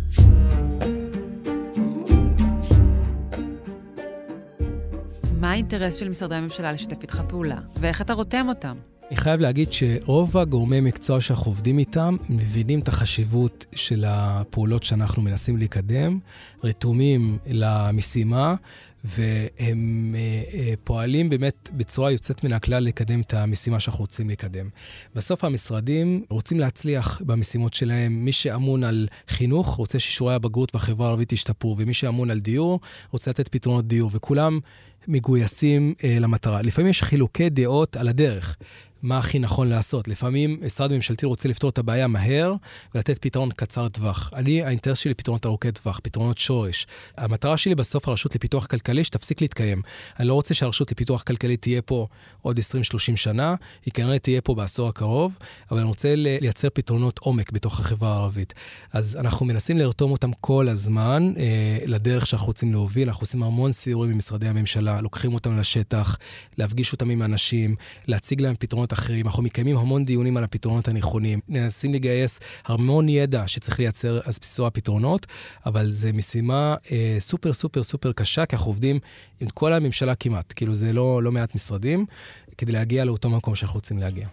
מה האינטרס של משרדי הממשלה לשתף איתך פעולה? ואיך אתה רותם אותם? אני חייב להגיד שרוב הגורמי מקצוע שאנחנו עובדים איתם מבינים את החשיבות של הפעולות שאנחנו מנסים לקדם, רתומים למשימה, והם פועלים באמת בצורה יוצאת מן הכלל לקדם את המשימה שאנחנו רוצים לקדם. בסוף המשרדים רוצים להצליח במשימות שלהם. מי שאמון על חינוך רוצה ששיעורי הבגרות בחברה הערבית ישתפרו, ומי שאמון על דיור רוצה לתת פתרונות דיור, וכולם מגויסים למטרה. לפעמים יש חילוקי דעות על הדרך. מה הכי נכון לעשות. לפעמים משרד ממשלתי רוצה לפתור את הבעיה מהר, ולתת פתרון קצר טווח. האינטרס שלי פתרונות ארוכי טווח, פתרונות שורש. המטרה שלי בסוף הרשות לפיתוח כלכלי שתפסיק להתקיים. אני לא רוצה שהרשות לפיתוח כלכלי תהיה פה עוד 20-30 שנה, היא כנראה תהיה פה בעשור הקרוב, אבל אני רוצה לייצר פתרונות עומק בתוך החברה הערבית. אז אנחנו מנסים לרתום אותם כל הזמן לדרך שאנחנו רוצים להוביל. אנחנו עושים המון סיורים במשרדי הממשלה, לוקחים אותם לשטח, להפגיש אותם עם אנשים, להציג להם פתרונות אחרים. אנחנו מקיימים המון דיונים על הפתרונות הנכונים, מנסים לגייס המון ידע שצריך לייצר אז בסיסו הפתרונות, אבל זה משימה סופר סופר סופר קשה, כי אנחנו עובדים עם כל הממשלה כמעט, כאילו זה לא מעט משרדים, כדי להגיע לאותו מקום שאנחנו רוצים להגיע.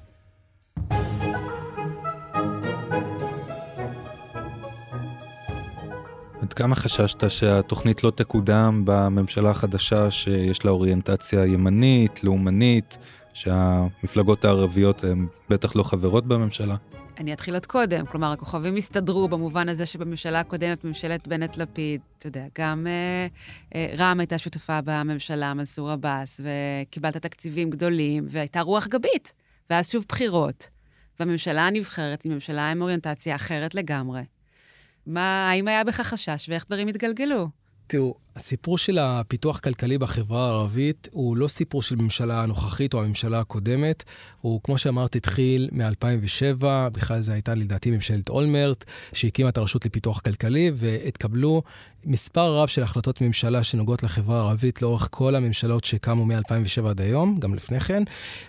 עד כמה חששת שהתוכנית לא תקודם בממשלה החדשה שיש לה אוריינטציה ימנית, לאומנית, שהמפלגות הערביות הן בטח לא חברות בממשלה? אני אתחיל עוד קודם, כלומר, הכוכבים הסתדרו במובן הזה שבממשלה הקודמת, ממשלת בנט-לפיד, אתה יודע, גם רע"מ הייתה שותפה בממשלה, מנסור עבאס, וקיבלת תקציבים גדולים, והייתה רוח גבית, ואז שוב בחירות. והממשלה הנבחרת היא ממשלה עם אוריינטציה אחרת לגמרי. האם היה בך חשש ואיך דברים התגלגלו? תראו, הסיפור של הפיתוח כלכלי בחברה הערבית הוא לא סיפור של ממשלה הנוכחית או הממשלה הקודמת, הוא כמו שאמרתי התחיל מ-2007, בכלל זה הייתה לדעתי ממשלת אולמרט, שהקימה את הרשות לפיתוח כלכלי, והתקבלו מספר רב של החלטות ממשלה שנוגעות לחברה הערבית לאורך כל הממשלות שקמו מ-2007 עד היום, גם לפני כן,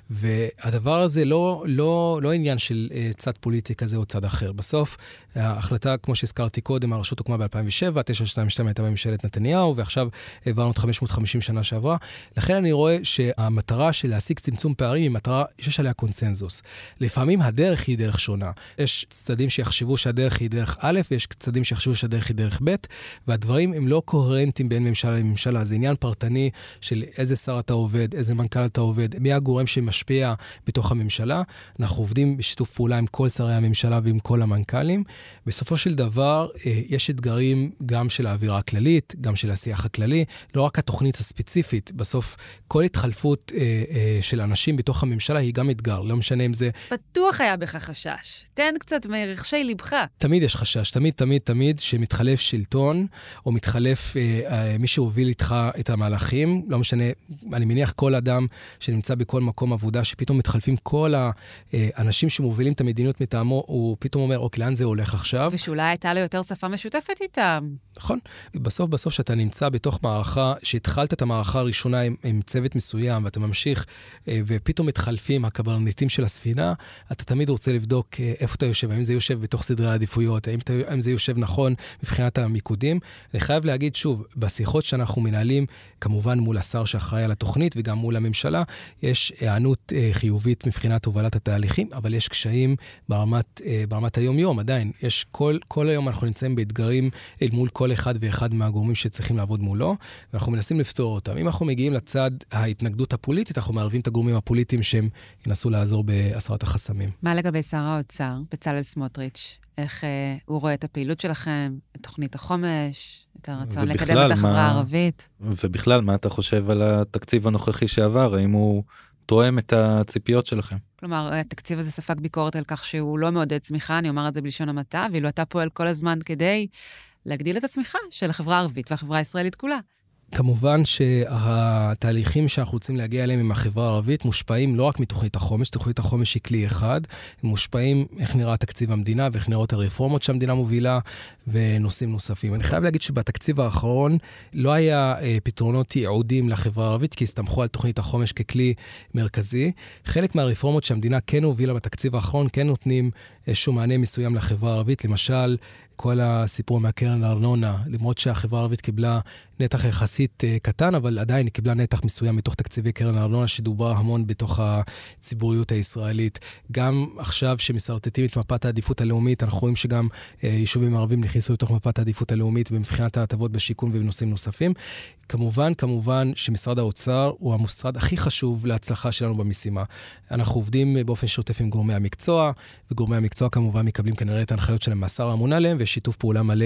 והדבר הזה לא עניין של צד פוליטי כזה או צד אחר. בסוף, ההחלטה, כמו שהזכרתי קודם, הרשות הוקמה ב-2007, 922 הייתה בממשלת נתניהו, ועכשיו העברנו את 550 שנה שעברה. לכן אני רואה שהמטרה של להשיג צמצום פערים היא מטרה שיש עליה קונצנזוס. לפעמים הדרך היא דרך שונה. יש צדדים שיחשבו שהדרך היא דרך א', ויש צדדים שיחשבו שהדרך היא דרך ב', והדברים הם לא קוהרנטיים בין ממשלה לממשלה. זה עניין פרטני של איזה שר אתה עובד, איזה מנכ"ל אתה עובד, מי הגורם שמשפיע בתוך הממשלה. אנחנו עובדים בשיתוף פעולה עם כל שרי הממשלה ועם כל המנכ"לים. בסופו של דבר, יש אתגרים גם של האווירה הכללית, גם של השיח הכללי, לא רק התוכנית הספציפית. בסוף, כל התחלפות של אנשים בתוך הממשלה היא גם אתגר. לא משנה אם זה... בטוח היה בך חשש. תן קצת מרחשי לבך. תמיד יש חשש. תמיד שמתחלף שלטון, או מתחלף מי שהוביל איתך את המהלכים. לא משנה, אני מניח כל אדם שנמצא בכל מקום עבודה, שפתאום מתחלפים כל האנשים שמובילים את המדיניות מטעמו, הוא פתאום אומר, אוקיי, לאן זה הולך עכשיו? ושאולי הייתה לו יותר שפה משותפת איתם. נכון. בסוף שאתה נמצא בתוך מערכה, שהתחלת את המערכה הראשונה עם צוות מסוים, ואתה ממשיך, ופתאום מתחלפים הקברניטים של הספינה, אתה תמיד רוצה לבדוק איפה אתה יושב, האם זה יושב בתוך סדרי העדיפויות, האם זה יושב נכון מבחינת המיקודים. אני חייב להגיד שוב, בשיחות שאנחנו מנהלים, כמובן מול השר שאחראי על התוכנית, וגם מול הממשלה, יש הענות חיובית מבחינת הובלת התהליכים, אבל יש קשיים ברמת היום-יום, עדיין. כל היום אנחנו נמצאים באתגרים אל מול כל אחד ואחד מהגורמים שצריכים לעבוד מולו, ואנחנו מנסים לפתור אותם. אם אנחנו מגיעים לצד ההתנגדות הפוליטית, אנחנו מערבים את הגורמים הפוליטיים שהם ינסו לעזור בהסרת החסמים. מה לגבי שר האוצר, בצלאל סמוטריץ'? איך הוא רואה את הפעילות שלכם, את תוכנית החומש, את הרצון לקדם את החברה הערבית? ובכלל, מה אתה חושב על התקציב הנוכחי שעבר? האם הוא תואם את הציפיות שלכם? כלומר, התקציב הזה ספק ביקורת על כך שהוא לא מעודד צמיחה, אני אומר את זה בלשון המעטה, ואילו אתה פועל כל הזמן כדי להגדיל את הצמיחה של החברה הערבית והחברה הישראלית כולה. כמובן שהתהליכים שאנחנו רוצים להגיע אליהם עם החברה הערבית מושפעים לא רק מתוכנית החומש, תוכנית החומש היא כלי אחד, הם מושפעים איך נראה תקציב המדינה ואיך נראות הרפורמות שהמדינה מובילה ונושאים נוספים. אני חייב להגיד שבתקציב האחרון לא היה פתרונות ייעודים לחברה הערבית, כי הסתמכו על תוכנית החומש ככלי מרכזי. חלק מהרפורמות שהמדינה כן הובילה בתקציב האחרון כן נותנים איזשהו מענה מסוים לחברה הערבית, למשל כל הסיפור מהקרן הארנונה, למרות שהחברה הערבית קיבלה נתח יחסית קטן, אבל עדיין היא קיבלה נתח מסוים מתוך תקציבי קרן הארנונה, שדובר המון בתוך הציבוריות הישראלית. גם עכשיו שמסרטטים את מפת העדיפות הלאומית, אנחנו רואים שגם יישובים ערבים נכנסו לתוך מפת העדיפות הלאומית, במבחינת ההטבות בשיכון ובנושאים נוספים. כמובן שמשרד האוצר הוא המשרד הכי חשוב להצלחה שלנו במשימה. אנחנו עובדים באופן שוטף עם גורמי המקצוע, וגורמי המקצוע כמובן מקבלים כנראה את ההנחיות שלהם מהשר האמון עליהם, ושיתוף פעולה מלא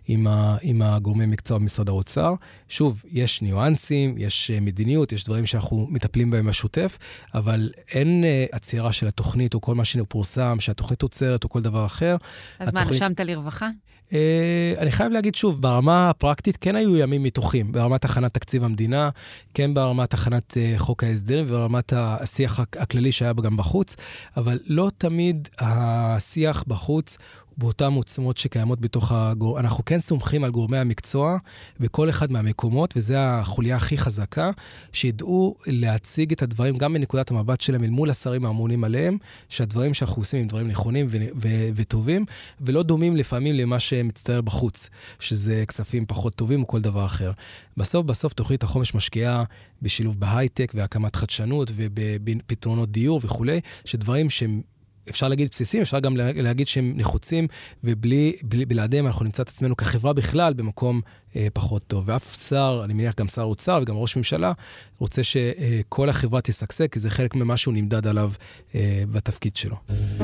עם הגורמי מקצוע במשרד האוצר. שוב, יש ניואנסים, יש מדיניות, יש דברים שאנחנו מטפלים בהם בשוטף, אבל אין עצירה של התוכנית או כל מה שפורסם, שהתוכנית עוצרת או כל דבר אחר. אז מה, נשמת לרווחה? אני חייב להגיד שוב, ברמה הפרקטית כן היו ימים מתוחים, ברמת הכנת תקציב המדינה, כן ברמת הכנת חוק ההסדרים, וברמת השיח הכללי שהיה גם בחוץ, אבל לא תמיד השיח בחוץ באותן עוצמות שקיימות בתוך אנחנו כן סומכים על גורמי המקצוע בכל אחד מהמקומות, וזה החוליה הכי חזקה, שידעו להציג את הדברים גם בנקודת המבט שלהם אל מול השרים האמונים עליהם, שהדברים שאנחנו עושים הם דברים נכונים וטובים, ולא דומים לפעמים למה שמצטער בחוץ, שזה כספים פחות טובים או כל דבר אחר. בסוף תוכנית החומש משקיעה בשילוב בהייטק והקמת חדשנות ובפתרונות דיור וכו', שדברים שהם אפשר להגיד בסיסים, אפשר גם להגיד שהם נחוצים, ובלעדיהם אנחנו נמצא את עצמנו כחברה בכלל במקום פחות טוב. ואף שר, אני מניח גם שר אוצר וגם ראש ממשלה, רוצה שכל החברה תשגשג, כי זה חלק ממה שהוא נמדד עליו בתפקיד שלו.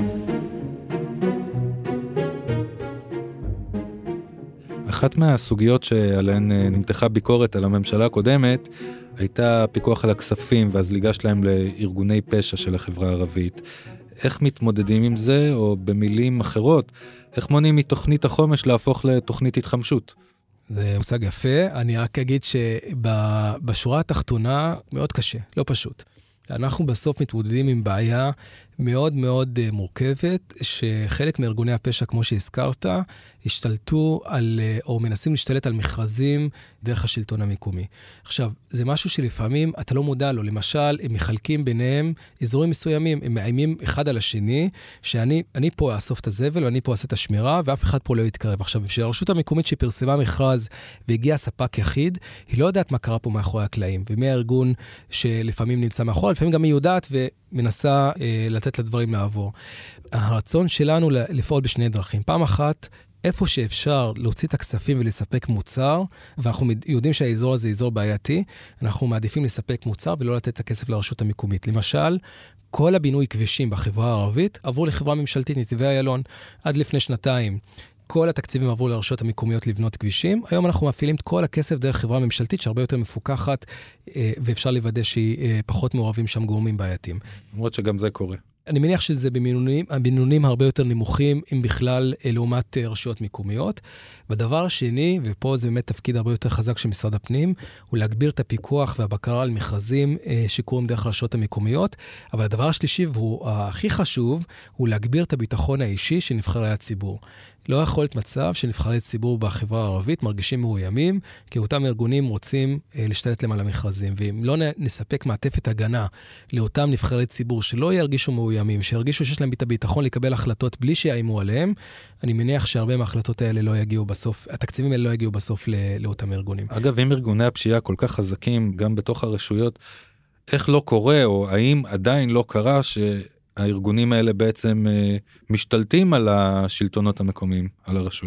אחת מהסוגיות שעליהן נמתחה ביקורת על הממשלה הקודמת, הייתה פיקוח על הכספים והזליגה שלהם לארגוני פשע של החברה הערבית. איך מתמודדים עם זה, או במילים אחרות, איך מונעים מתוכנית החומש להפוך לתוכנית התחמשות? זה מושג יפה, אני רק אגיד שבשורה התחתונה מאוד קשה, לא פשוט. אנחנו בסוף מתמודדים עם בעיה מאוד מאוד מורכבת, שחלק מארגוני הפשע, כמו שהזכרת, השתלטו על, או מנסים להשתלט על מכרזים דרך השלטון המקומי. עכשיו, זה משהו שלפעמים אתה לא מודע לו. למשל, הם מחלקים ביניהם אזורים מסוימים, הם מאיימים אחד על השני, שאני פה אאסוף את הזבל ואני פה אעשה את השמירה, ואף אחד פה לא יתקרב. עכשיו, כשהרשות המקומית שפרסמה מכרז והגיע ספק יחיד, היא לא יודעת מה קרה פה מאחורי הקלעים, ומי הארגון שלפעמים נמצא מאחור, לפעמים גם היא יודעת ומנסה לתת לדברים לעבור. הרצון שלנו לפעול בשני דרכים. פעם אחת, איפה שאפשר להוציא את הכספים ולספק מוצר, ואנחנו יודעים שהאזור הזה אזור בעייתי, אנחנו מעדיפים לספק מוצר ולא לתת את הכסף לרשות המקומית. למשל, כל הבינוי כבישים בחברה הערבית עברו לחברה ממשלתית נתיבי איילון עד לפני שנתיים. כל התקציבים עברו לרשויות המקומיות לבנות כבישים. היום אנחנו מפעילים את כל הכסף דרך חברה ממשלתית שהרבה יותר מפוקחת, ואפשר לוודא שהיא פחות מעורבים שם גורמים בעייתיים. למרות שגם זה קורה. אני מניח שזה במינונים הרבה יותר נמוכים, אם בכלל, לעומת רשויות מקומיות. בדבר השני, ופה זה באמת תפקיד הרבה יותר חזק של משרד הפנים, הוא להגביר את הפיקוח והבקרה על מכרזים שקורים דרך הרשויות המקומיות. אבל הדבר השלישי, והוא הכי חשוב, הוא להגביר את הביטחון האישי של נבחרי הציבור. לא יכול להיות מצב שנבחרי ציבור בחברה הערבית מרגישים מאוימים, כי אותם ארגונים רוצים להשתלט להם על המכרזים. ואם לא נספק מעטפת הגנה לאותם נבחרי ציבור שלא ירגישו מאוימים, שירגישו שיש להם את הביטחון לקבל החלטות בלי שיאיימו עליהם, אני מניח שהרבה מההחלטות האלה לא יגיעו בסוף, התקציבים האלה לא יגיעו בסוף לאותם ארגונים. אגב, אם ארגוני הפשיעה כל כך חזקים גם בתוך הרשויות, איך לא קורה, או האם עדיין לא קרה הארגונים האלה בעצם משתלטים על השלטונות המקומיים, על הרשויות?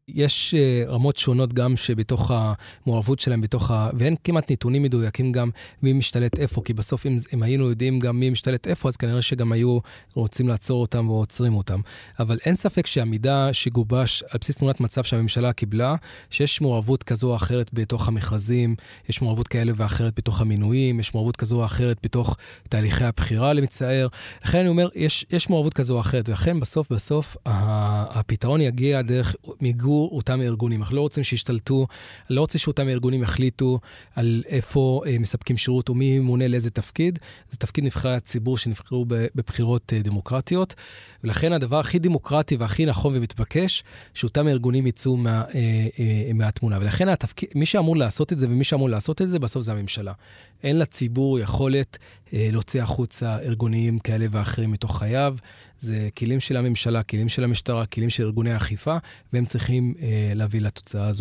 יש רמות שונות גם שבתוך המעורבות שלהם, ואין כמעט נתונים מדויקים גם מי משתלט איפה, כי בסוף אם היינו יודעים גם מי משתלט איפה, אז כנראה שגם היו רוצים לעצור אותם ועוצרים אותם. אבל אין ספק שהמידע שגובש על בסיס תמונת מצב שהממשלה קיבלה, שיש מעורבות כזו או אחרת בתוך המכרזים, יש מעורבות כאלה ואחרת בתוך המינויים, יש מעורבות כזו או אחרת בתוך תהליכי הבחירה למצער. לכן אני אומר, יש מעורבות כזו או אחרת, ולכן בסוף הפתרון יגיע דרך מיגור אותם ארגונים. אנחנו לא רוצים שישתלטו, לא רוצים שאותם ארגונים יחליטו על איפה מספקים שירות ומי מונה לאיזה תפקיד. זה תפקיד נבחרי הציבור שנבחרו בבחירות דמוקרטיות, ולכן הדבר הכי דמוקרטי והכי נכון ומתבקש, שאותם ארגונים יצאו מהתמונה. ולכן מי שאמור לעשות את זה ומי שאמור לעשות את זה, בסוף זה הממשלה. אין לציבור יכולת להוציא החוצה ארגונים כאלה ואחרים מתוך חייו. זה כלים של הממשלה, כלים של המשטרה, כלים של ארגוני האכיפה, והם צריכים להביא לתוצאה הזו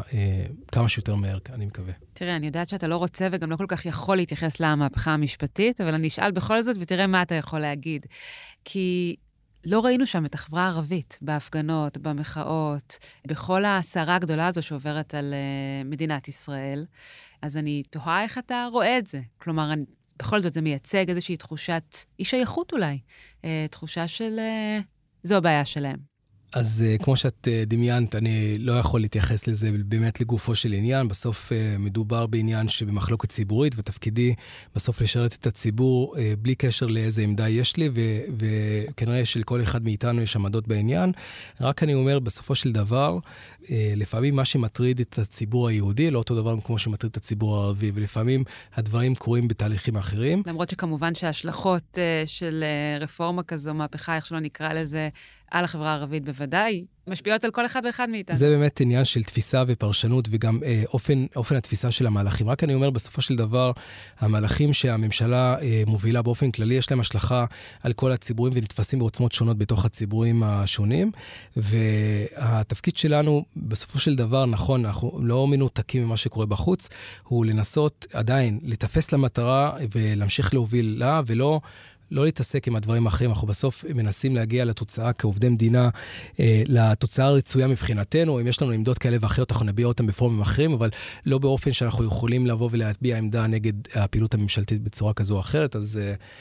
כמה שיותר מהר, אני מקווה. תראה, אני יודעת שאתה לא רוצה וגם לא כל כך יכול להתייחס למהפכה המשפטית, אבל אני אשאל בכל זאת ותראה מה אתה יכול להגיד. כי לא ראינו שם את החברה הערבית, בהפגנות, במחאות, בכל הסערה הגדולה הזו שעוברת על מדינת ישראל. אז אני תוהה איך אתה רואה את זה. כלומר, בכל זאת זה מייצג איזושהי תחושת אי שייכות אולי. תחושה של זו הבעיה שלהם. אז כמו שאת דמיינת, אני לא יכול להתייחס לזה באמת לגופו של עניין. בסוף מדובר בעניין שבמחלוקת ציבורית, ותפקידי בסוף לשרת את הציבור בלי קשר לאיזה עמדה יש לי, וכנראה שלכל אחד מאיתנו יש עמדות בעניין. רק אני אומר, בסופו של דבר, לפעמים מה שמטריד את הציבור היהודי, לא אותו דבר כמו שמטריד את הציבור הערבי, ולפעמים הדברים קורים בתהליכים אחרים. למרות שכמובן שההשלכות של רפורמה כזו, מהפכה, איך שלא נקרא לזה, על החברה הערבית בוודאי, משפיעות על כל אחד ואחד מאיתנו. זה באמת עניין של תפיסה ופרשנות, וגם אופן התפיסה של המהלכים. רק אני אומר, בסופו של דבר, המהלכים שהממשלה מובילה באופן כללי, יש להם השלכה על כל הציבורים, ונתפסים בעוצמות שונות בתוך הציבורים השונים, והתפקיד שלנו, בסופו של דבר, נכון, אנחנו לא מנותקים ממה שקורה בחוץ, הוא לנסות עדיין לתפס למטרה, ולהמשיך להוביל לה, ולא להתעסק עם הדברים האחרים. אנחנו בסוף מנסים להגיע לתוצאה כעובדי מדינה, לתוצאה הרצויה מבחינתנו. אם יש לנו עמדות כאלה ואחרות, אנחנו נביע אותם בפורומים אחרים, אבל לא באופן שאנחנו יכולים לבוא ולהטביע עמדה נגד הפעילות הממשלתית בצורה כזו או אחרת, אז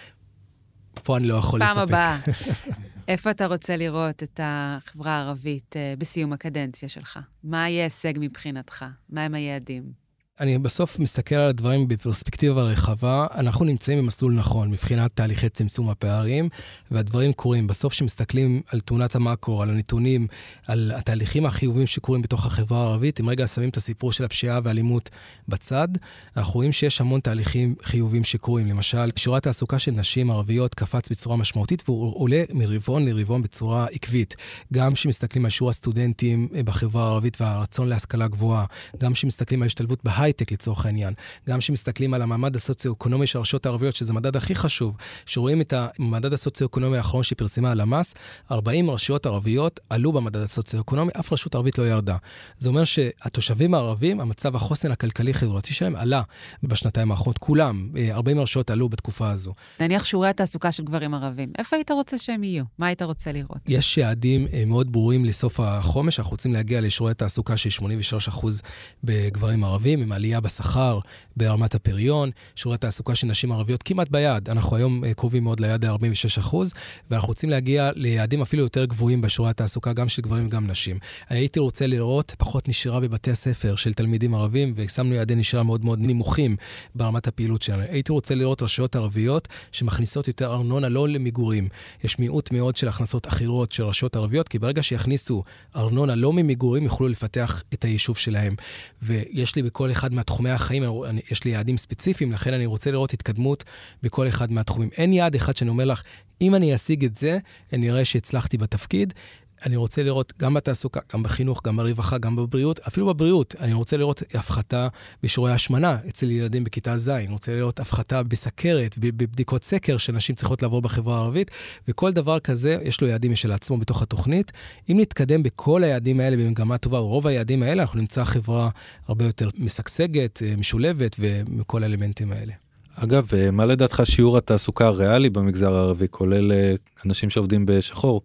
פה אני לא יכול לספק. פעם הבאה. איפה אתה רוצה לראות את החברה הערבית בסיום הקדנציה שלך? מה יהיה הישג מבחינתך? מה הם היעדים? אני בסוף מסתכל על הדברים בפרספקטיבה רחבה. אנחנו נמצאים במסלול נכון, מבחינת תהליכי צמצום הפערים, והדברים קורים. בסוף שמסתכלים על תמונת המאקרו, על הנתונים, על התהליכים החיובים שקורים בתוך החברה הערבית, אם רגע שמים את הסיפור של הפשיעה והאלימות בצד, אנחנו רואים שיש המון תהליכים חיובים שקורים. למשל, שיעור התעסוקה של נשים ערביות קפץ בצורה משמעותית, והוא עולה מרבעון לרבעון בצורה עקבית. גם שמסתכלים על שיעור הסטודנטים בחברה הערבית והרצון להשכלה גבוהה, גם שמסתכלים על השתלבות בהייטק לצורך העניין, גם שמסתכלים על המעמד הסוציו-אקונומי של הרשויות הערביות, שזה מדד הכי חשוב, שרואים את המדד הסוציו-אקונומי האחרון שפרסמה הלמ"ס, 40 רשויות ערביות עלו במדד הסוציו-אקונומי, אף רשות ערבית לא ירדה. זה אומר שהתושבים הערבים, המצב החוסן הכלכלי-חברתי שלהם עלה בשנתיים האחרונות, כולם, 40 רשויות עלו בתקופה הזו. נניח שיעורי התעסוקה של גברים ערבים, איפה היית רוצה שהם יהיו? מה היית רוצה לראות? יש יעדים מאוד ברורים לסוף החומש, אנחנו רוצים להגיע לשיעורי תעסוקה של 83% בגברים ערבים, עם עלייה בשכר, ברמת הפריון, שיעורי תעסוקה של נשים ערביות כמעט ביעד. אנחנו היום קרובים מאוד ליעד 46%, ואנחנו רוצים להגיע ליעדים אפילו יותר גבוהים בשיעורי התעסוקה, גם של גברים וגם נשים. הייתי רוצה לראות פחות נשירה בבתי הספר של תלמידים ערבים, ושמנו יעדי נשירה מאוד מאוד נמוכים ברמת הפעילות שלנו. הייתי רוצה לראות רשויות ערביות שמכניסות יותר ארנונה לא למגורים. יש מיעוט מאוד של הכנסות אחרות של רשויות ערביות, כי ברגע שיכניסו ארנונה לא ממגורים, יוכלו לפתח את היישוב שלהם. ויש לי בכל אחד מהתחומי החיים, יש לי יעדים ספציפיים, לכן אני רוצה לראות התקדמות בכל אחד מהתחומים. אין יעד אחד שאני אומר לך, אם אני אשיג את זה, אני אראה שהצלחתי בתפקיד. אני רוצה לראות גם בתעסוקה, גם בחינוך, גם ברווחה, גם בבריאות, אפילו בבריאות. אני רוצה לראות הפחתה בשיעורי השמנה אצל ילדים בכיתה ז', אני רוצה לראות הפחתה בסכרת, בבדיקות סקר שנשים צריכות לעבור בחברה הערבית, וכל דבר כזה יש לו יעדים משל עצמו בתוך התוכנית. אם נתקדם בכל היעדים האלה במגמה טובה, או רוב היעדים האלה, אנחנו נמצא חברה הרבה יותר משגשגת, משולבת, ומכל האלמנטים האלה. אגב, מה לדעתך שיעור התעסוקה הריאלי במגזר הערבי, כולל אנשים שעובדים בשחור?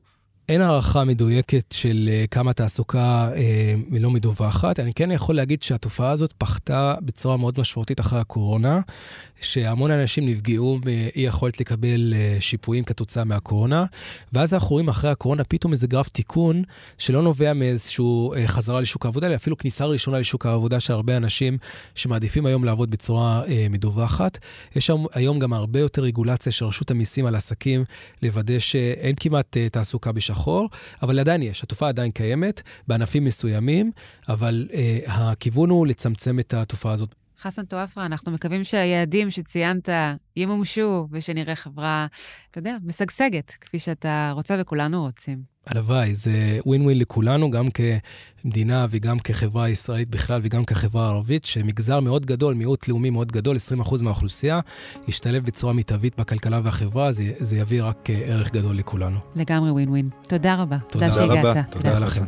אין הערכה מדויקת של כמה תעסוקה לא מדווחת. אני כן יכול להגיד שהתופעה הזאת פחתה בצורה מאוד משמעותית אחרי הקורונה, שהמון אנשים נפגעו מאי יכולת לקבל שיפויים כתוצאה מהקורונה, ואז אנחנו רואים אחרי הקורונה פתאום איזה גרף תיקון, שלא נובע מאיזשהו חזרה לשוק העבודה, אלא אפילו כניסה ראשונה לשוק העבודה של הרבה אנשים שמעדיפים היום לעבוד בצורה מדווחת. יש היום גם הרבה יותר רגולציה של רשות המיסים על עסקים, לוודא שאין כמעט תעסוקה בשחור, אבל עדיין יש, התופעה עדיין קיימת, בענפים מסוימים, אבל הכיוון הוא לצמצם את התופעה הזאת. חסן טואפרה, אנחנו מקווים שהיעדים שציינת ימומשו, ושנראה חברה, אתה יודע, משגשגת, כפי שאתה רוצה וכולנו רוצים. הלוואי, זה ווין ווין לכולנו, גם כמדינה וגם כחברה ישראלית בכלל וגם כחברה ערבית, שמגזר מאוד גדול, מיעוט לאומי מאוד גדול, 20% מהאוכלוסייה, ישתלב בצורה מיטבית בכלכלה והחברה, זה יביא רק ערך גדול לכולנו. לגמרי ווין ווין. תודה רבה. תודה רבה. תודה לכם.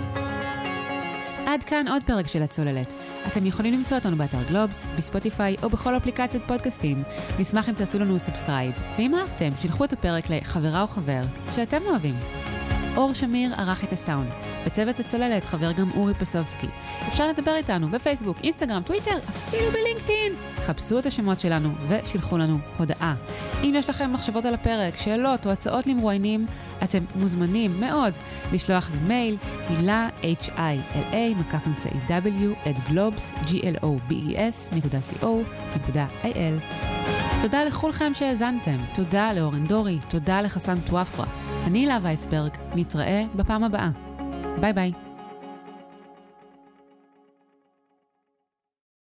עד כאן עוד פרק של הצוללת. אתם יכולים למצוא אותנו באתר גלובס, בספוטיפיי או בכל אפליקציית פודקאסטים. נשמח אם תעשו לנו סאבסקרייב. ואם אהבתם, שילחו את הפרק לחברה או חבר שאתם אוהבים. אור שמיר ערך את הסאונד. בצוות הצוללת חבר גם אורי פסובסקי. אפשר לדבר איתנו בפייסבוק, אינסטגרם, טוויטר, אפילו בלינקדאין. חפשו את השמות שלנו ושילחו לנו הודעה. אם יש לכם מחשבות על הפרק, שאלות או הצעות למרואיינים, אתם מוזמנים מאוד לשלוח לי מייל, הילה, hila@globes.co.il. תודה לכולכם שהאזנתם. תודה לאורן דורי, תודה לחסן טואפרה. אני הילה וייסברג, נתראה בפעם הבאה. ביי ביי.